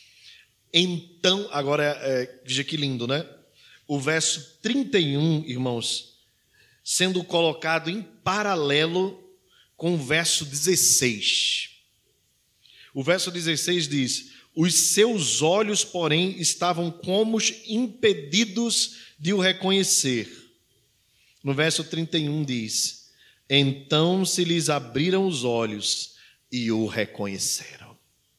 Então, agora, veja que lindo, né? O verso 31, irmãos, sendo colocado em paralelo com o verso 16. O verso 16 diz: os seus olhos, porém, estavam como impedidos de o reconhecer. No verso 31 diz: então se lhes abriram os olhos e o reconheceram.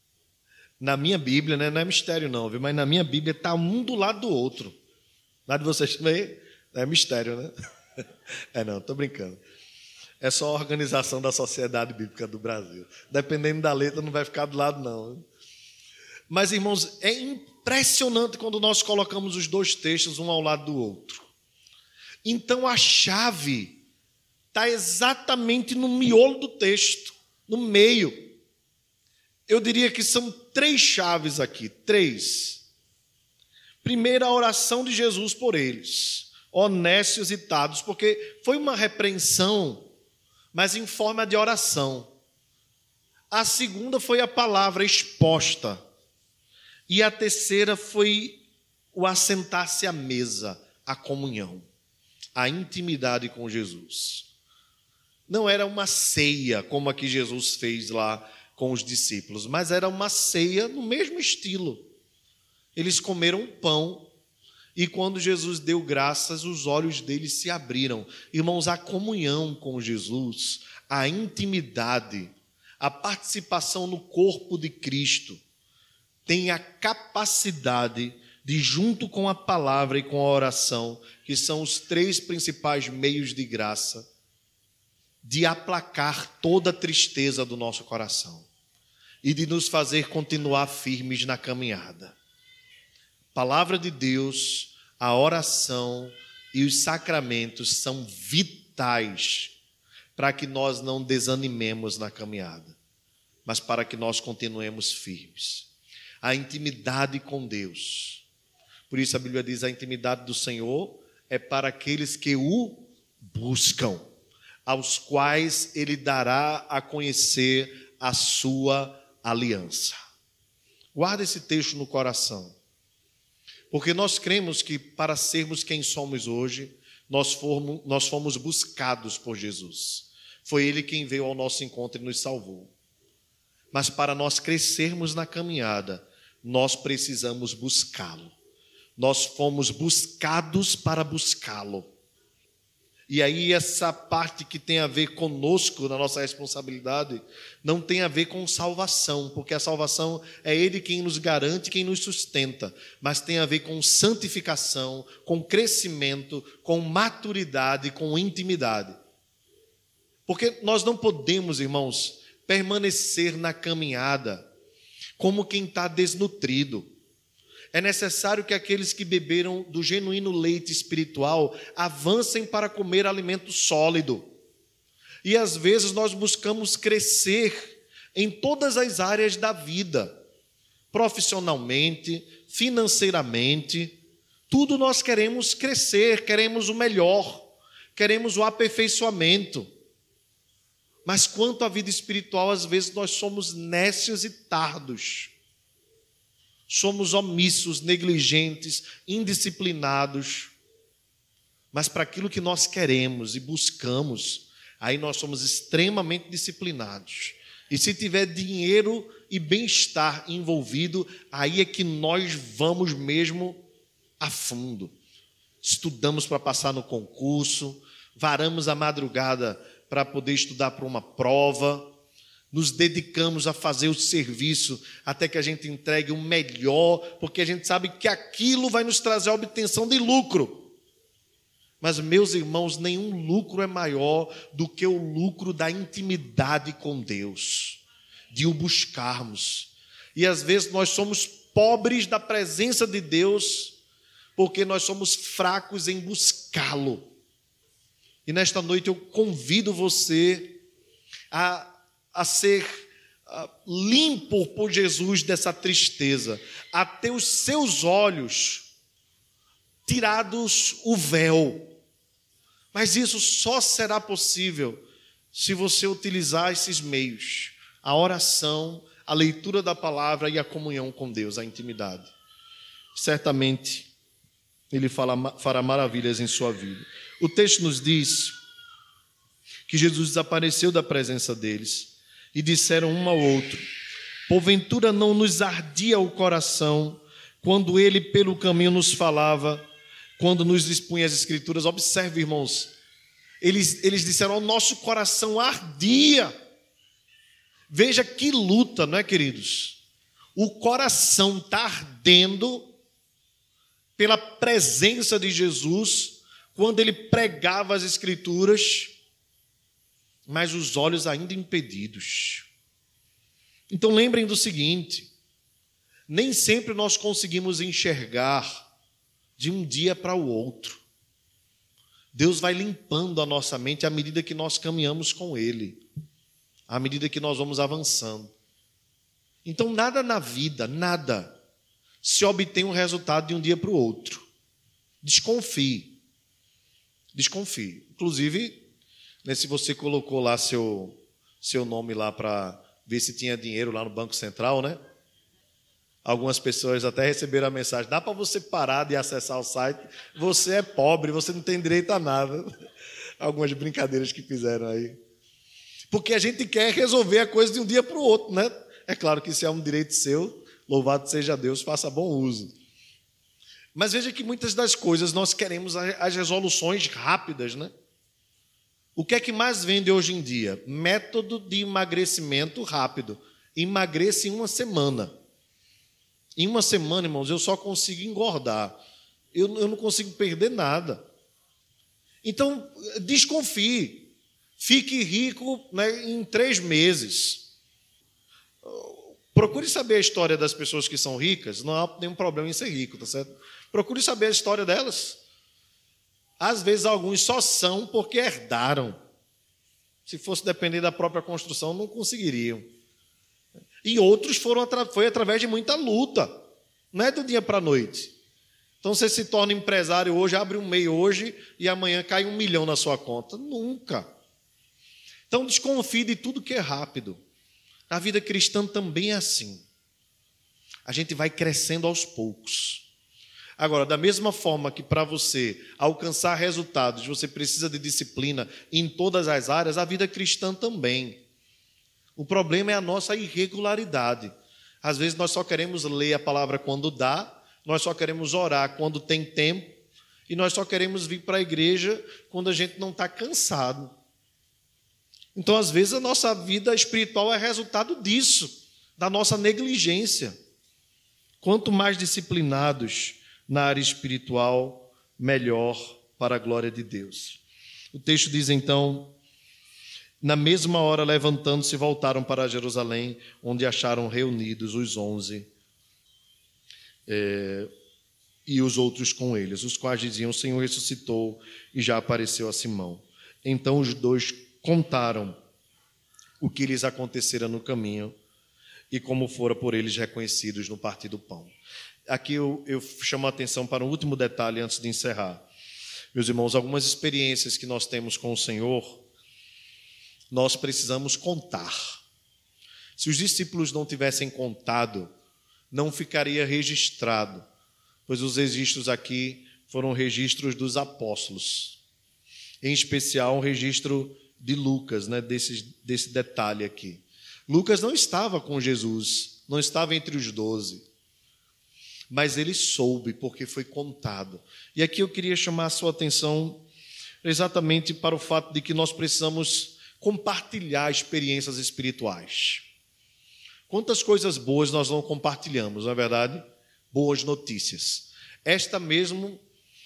Na minha Bíblia, né, não é mistério não, viu? Mas na minha Bíblia está um do lado do outro. Lá de vocês também é mistério, né? Não, estou brincando. É só a organização da Sociedade Bíblica do Brasil. Dependendo da letra, não vai ficar do lado não. Mas, irmãos, é impressionante quando nós colocamos os dois textos um ao lado do outro. Então a chave está exatamente no miolo do texto, no meio. Eu diria que são 3 chaves aqui, 3. Primeiro, a oração de Jesus por eles, honestos e tados, porque foi uma repreensão, mas em forma de oração. A segunda foi a palavra exposta. E a terceira foi o assentar-se à mesa, a comunhão, a intimidade com Jesus. Não era uma ceia, como a que Jesus fez lá com os discípulos, mas era uma ceia no mesmo estilo. Eles comeram pão e quando Jesus deu graças, os olhos deles se abriram. Irmãos, a comunhão com Jesus, a intimidade, a participação no corpo de Cristo, tem a capacidade de, junto com a palavra e com a oração, que são os 3 principais meios de graça, de aplacar toda a tristeza do nosso coração e de nos fazer continuar firmes na caminhada. Palavra de Deus, a oração e os sacramentos são vitais para que nós não desanimemos na caminhada, mas para que nós continuemos firmes. A intimidade com Deus. Por isso a Bíblia diz: a intimidade do Senhor é para aqueles que o buscam. aos quais ele dará a conhecer a sua aliança. Guarda esse texto no coração, porque nós cremos que para sermos quem somos hoje, nós fomos buscados por Jesus. Foi Ele quem veio ao nosso encontro e nos salvou. Mas para nós crescermos na caminhada, nós precisamos buscá-lo. Nós fomos buscados para buscá-lo. E aí essa parte que tem a ver conosco, na nossa responsabilidade, não tem a ver com salvação, porque a salvação é Ele quem nos garante, quem nos sustenta, mas tem a ver com santificação, com crescimento, com maturidade, com intimidade. Porque nós não podemos, irmãos, permanecer na caminhada como quem está desnutrido. É necessário que aqueles que beberam do genuíno leite espiritual avancem para comer alimento sólido. E às vezes nós buscamos crescer em todas as áreas da vida, profissionalmente, financeiramente, tudo nós queremos crescer, queremos o melhor, queremos o aperfeiçoamento. Mas quanto à vida espiritual, às vezes nós somos nécios e tardos. Somos omissos, negligentes, indisciplinados. Mas para aquilo que nós queremos e buscamos, aí nós somos extremamente disciplinados. E se tiver dinheiro e bem-estar envolvido, aí é que nós vamos mesmo a fundo. Estudamos para passar no concurso, varamos a madrugada para poder estudar para uma prova, nos dedicamos a fazer o serviço até que a gente entregue o melhor, porque a gente sabe que aquilo vai nos trazer a obtenção de lucro. Mas, meus irmãos, nenhum lucro é maior do que o lucro da intimidade com Deus, de o buscarmos. E às vezes nós somos pobres da presença de Deus, porque nós somos fracos em buscá-lo. E nesta noite eu convido você a ser limpo por Jesus dessa tristeza, a ter os seus olhos tirados o véu. Mas isso só será possível se você utilizar esses meios, a oração, a leitura da palavra e a comunhão com Deus, a intimidade. Certamente Ele fará maravilhas em sua vida. O texto nos diz que Jesus desapareceu da presença deles e disseram um ao outro: porventura não nos ardia o coração quando ele pelo caminho nos falava, quando nos expunha as Escrituras? Observe, irmãos, eles disseram: o nosso coração ardia. Veja que luta, não é, queridos? O coração está ardendo pela presença de Jesus quando ele pregava as Escrituras, mas os olhos ainda impedidos. Então lembrem do seguinte: nem sempre nós conseguimos enxergar de um dia para o outro. Deus vai limpando a nossa mente à medida que nós caminhamos com Ele, à medida que nós vamos avançando. Então nada na vida, nada, se obtém um resultado de um dia para o outro. Desconfie. Inclusive, se você colocou lá seu nome lá para ver se tinha dinheiro lá no Banco Central, né? Algumas pessoas até receberam a mensagem: dá para você parar de acessar o site, você é pobre, você não tem direito a nada. Algumas brincadeiras que fizeram aí. Porque a gente quer resolver a coisa de um dia para o outro, né? É claro que isso é um direito seu, louvado seja Deus, faça bom uso. Mas veja que muitas das coisas nós queremos as resoluções rápidas, né? O que é que mais vende hoje em dia? Método de emagrecimento rápido. Emagreça em uma semana. Em uma semana, irmãos, eu só consigo engordar. Eu não consigo perder nada. Então, desconfie. Fique rico, né, em 3 meses. Procure saber a história das pessoas que são ricas. Não há nenhum problema em ser rico, tá certo? Procure saber a história delas. Às vezes alguns só são porque herdaram. Se fosse depender da própria construção, não conseguiriam. E outros foi através de muita luta. Não é do dia para a noite. Então você se torna empresário hoje, abre um MEI hoje e amanhã cai 1 milhão na sua conta. Nunca. Então desconfie de tudo que é rápido. A vida cristã também é assim. A gente vai crescendo aos poucos. Agora, da mesma forma que para você alcançar resultados, você precisa de disciplina em todas as áreas, a vida cristã também. O problema é a nossa irregularidade. Às vezes nós só queremos ler a palavra quando dá, nós só queremos orar quando tem tempo, e nós só queremos vir para a igreja quando a gente não está cansado. Então, às vezes, a nossa vida espiritual é resultado disso, da nossa negligência. Quanto mais disciplinados na área espiritual, melhor para a glória de Deus. O texto diz então: na mesma hora, levantando-se, voltaram para Jerusalém, onde acharam reunidos os 11 e os outros com eles, os quais diziam: o Senhor ressuscitou e já apareceu a Simão. Então os dois contaram o que lhes acontecera no caminho e como fora por eles reconhecidos no partir do pão. Aqui eu chamo a atenção para um último detalhe antes de encerrar. Meus irmãos, algumas experiências que nós temos com o Senhor, nós precisamos contar. Se os discípulos não tivessem contado, não ficaria registrado, pois os registros aqui foram registros dos apóstolos. Em especial, um registro de Lucas, né, desse detalhe aqui. Lucas não estava com Jesus, não estava entre os 12, mas ele soube porque foi contado. E aqui eu queria chamar a sua atenção exatamente para o fato de que nós precisamos compartilhar experiências espirituais. Quantas coisas boas nós não compartilhamos, não é verdade? Boas notícias. Esta mesmo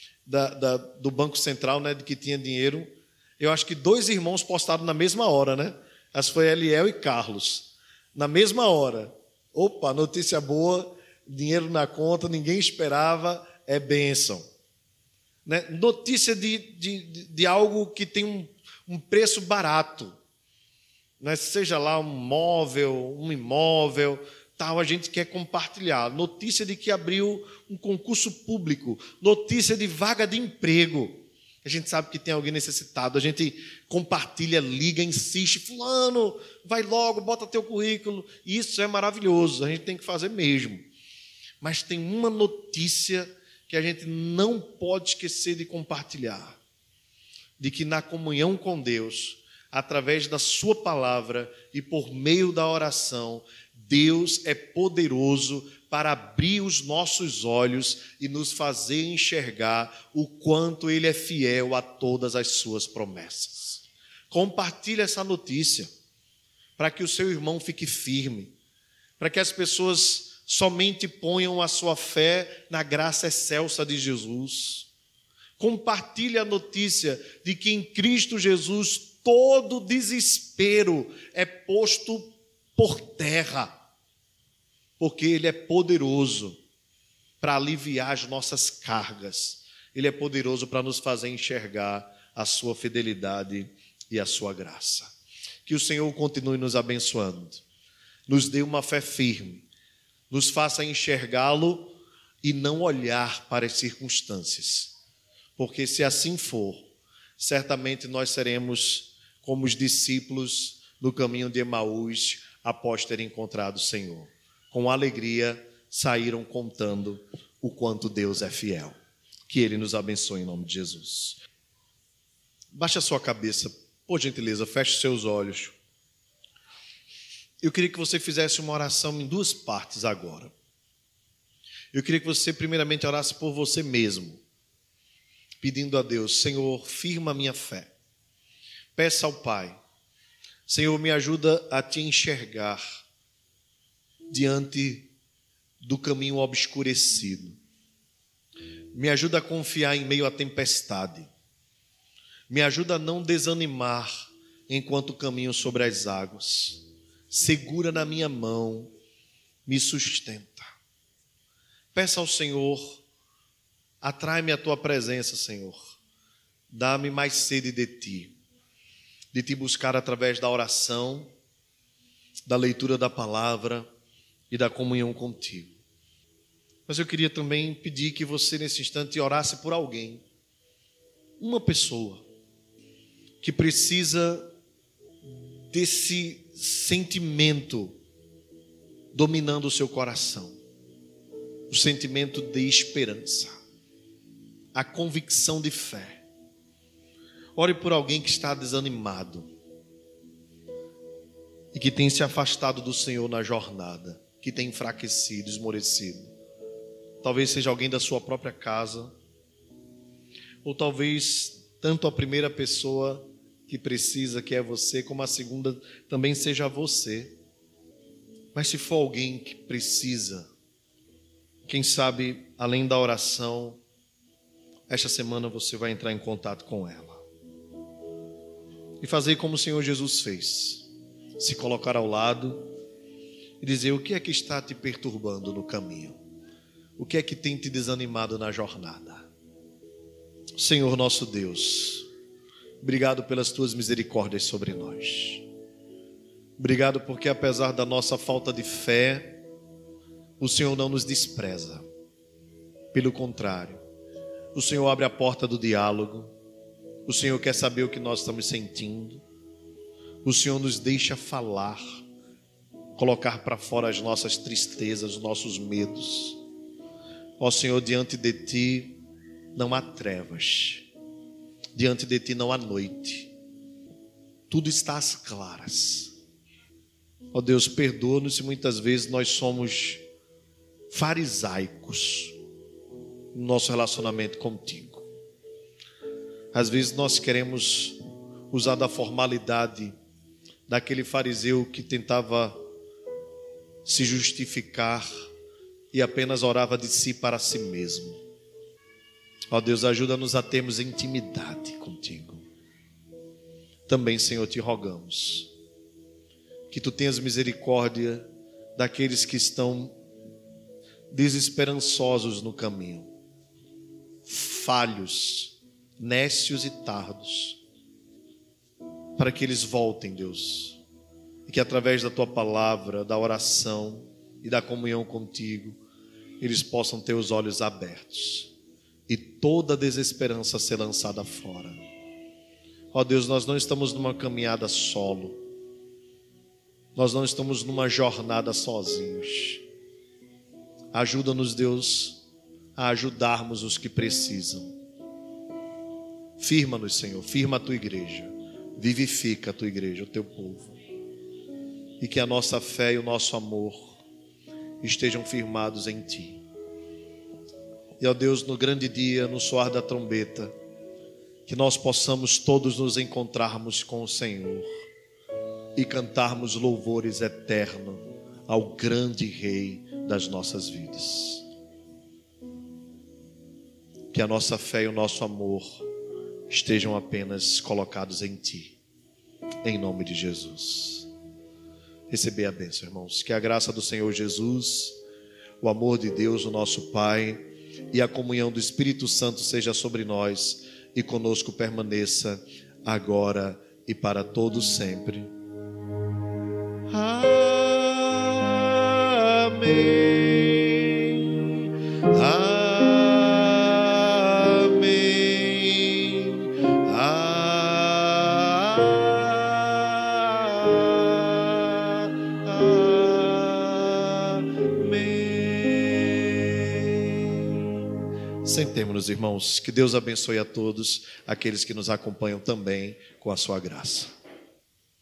do Banco Central, né, de que tinha dinheiro, eu acho que 2 irmãos postaram na mesma hora, né? As foi Eliel e Carlos. Na mesma hora. Opa, notícia boa, dinheiro na conta, ninguém esperava, é bênção. Né? Notícia de algo que tem um preço barato. Né? Seja lá um móvel, um imóvel, tal, a gente quer compartilhar. Notícia de que abriu um concurso público, notícia de vaga de emprego. A gente sabe que tem alguém necessitado, a gente compartilha, liga, insiste, fulano, vai logo, bota teu currículo. Isso é maravilhoso, a gente tem que fazer mesmo. Mas tem uma notícia que a gente não pode esquecer de compartilhar, de que na comunhão com Deus, através da sua palavra e por meio da oração, Deus é poderoso para abrir os nossos olhos e nos fazer enxergar o quanto Ele é fiel a todas as suas promessas. Compartilhe essa notícia, para que o seu irmão fique firme, para que as pessoas somente ponham a sua fé na graça excelsa de Jesus. Compartilhe a notícia de que em Cristo Jesus todo desespero é posto por terra, porque Ele é poderoso para aliviar as nossas cargas. Ele é poderoso para nos fazer enxergar a sua fidelidade e a sua graça. Que o Senhor continue nos abençoando, nos dê uma fé firme, nos faça enxergá-lo e não olhar para as circunstâncias, porque se assim for, certamente nós seremos como os discípulos no caminho de Emaús após terem encontrado o Senhor. Com alegria saíram contando o quanto Deus é fiel. Que Ele nos abençoe em nome de Jesus. Baixe a sua cabeça, por gentileza, feche seus olhos. Eu queria que você fizesse uma oração em 2 partes agora. Eu queria que você primeiramente orasse por você mesmo, pedindo a Deus: Senhor, firma a minha fé. Peça ao Pai: Senhor, me ajuda a te enxergar diante do caminho obscurecido. Me ajuda a confiar em meio à tempestade. Me ajuda a não desanimar enquanto caminho sobre as águas. Segura na minha mão, me sustenta. Peça ao Senhor: atrai-me à tua presença, Senhor. Dá-me mais sede de te buscar através da oração, da leitura da palavra e da comunhão contigo. Mas eu queria também pedir que você nesse instante orasse por alguém, uma pessoa que precisa desse sentimento dominando o seu coração, o sentimento de esperança, a convicção de fé. Ore por alguém que está desanimado e que tem se afastado do Senhor na jornada, que tem enfraquecido, esmorecido. Talvez seja alguém da sua própria casa, ou talvez tanto a primeira pessoa que precisa, que é você, como a segunda também seja você. Mas se for alguém que precisa, quem sabe, além da oração, esta semana você vai entrar em contato com ela e fazer como o Senhor Jesus fez: se colocar ao lado e dizer: o que é que está te perturbando no caminho? O que é que tem te desanimado na jornada? Senhor nosso Deus, obrigado pelas tuas misericórdias sobre nós. Obrigado porque, apesar da nossa falta de fé, o Senhor não nos despreza. Pelo contrário, o Senhor abre a porta do diálogo. O Senhor quer saber o que nós estamos sentindo. O Senhor nos deixa falar, colocar para fora as nossas tristezas, os nossos medos. Ó Senhor, diante de Ti não há trevas, diante de Ti não há noite, tudo está às claras. Ó Deus, perdoa-nos se muitas vezes nós somos farisaicos no nosso relacionamento contigo. Às vezes nós queremos usar da formalidade daquele fariseu que tentava se justificar e apenas orava de si para si mesmo. Ó Deus, ajuda-nos a termos intimidade contigo. Também, Senhor, te rogamos que tu tenhas misericórdia daqueles que estão desesperançosos no caminho, falhos, nécios e tardos, para que eles voltem, Deus, e que através da tua palavra, da oração e da comunhão contigo, eles possam ter os olhos abertos e toda a desesperança ser lançada fora. Ó Deus, nós não estamos numa caminhada solo, nós não estamos numa jornada sozinhos. Ajuda-nos, Deus, a ajudarmos os que precisam. Firma-nos, Senhor, firma a tua igreja, vivifica a tua igreja, o teu povo, e que a nossa fé e o nosso amor estejam firmados em ti. E ó Deus, no grande dia, no soar da trombeta, que nós possamos todos nos encontrarmos com o Senhor e cantarmos louvores eternos ao grande Rei das nossas vidas. Que a nossa fé e o nosso amor estejam apenas colocados em ti, em nome de Jesus. Receber a bênção, irmãos. Que a graça do Senhor Jesus, o amor de Deus, o nosso Pai, e a comunhão do Espírito Santo seja sobre nós e conosco permaneça agora e para todos sempre. Amém. Amém. Amém. Sentemos-nos, irmãos. Que Deus abençoe a todos aqueles que nos acompanham também com a sua graça.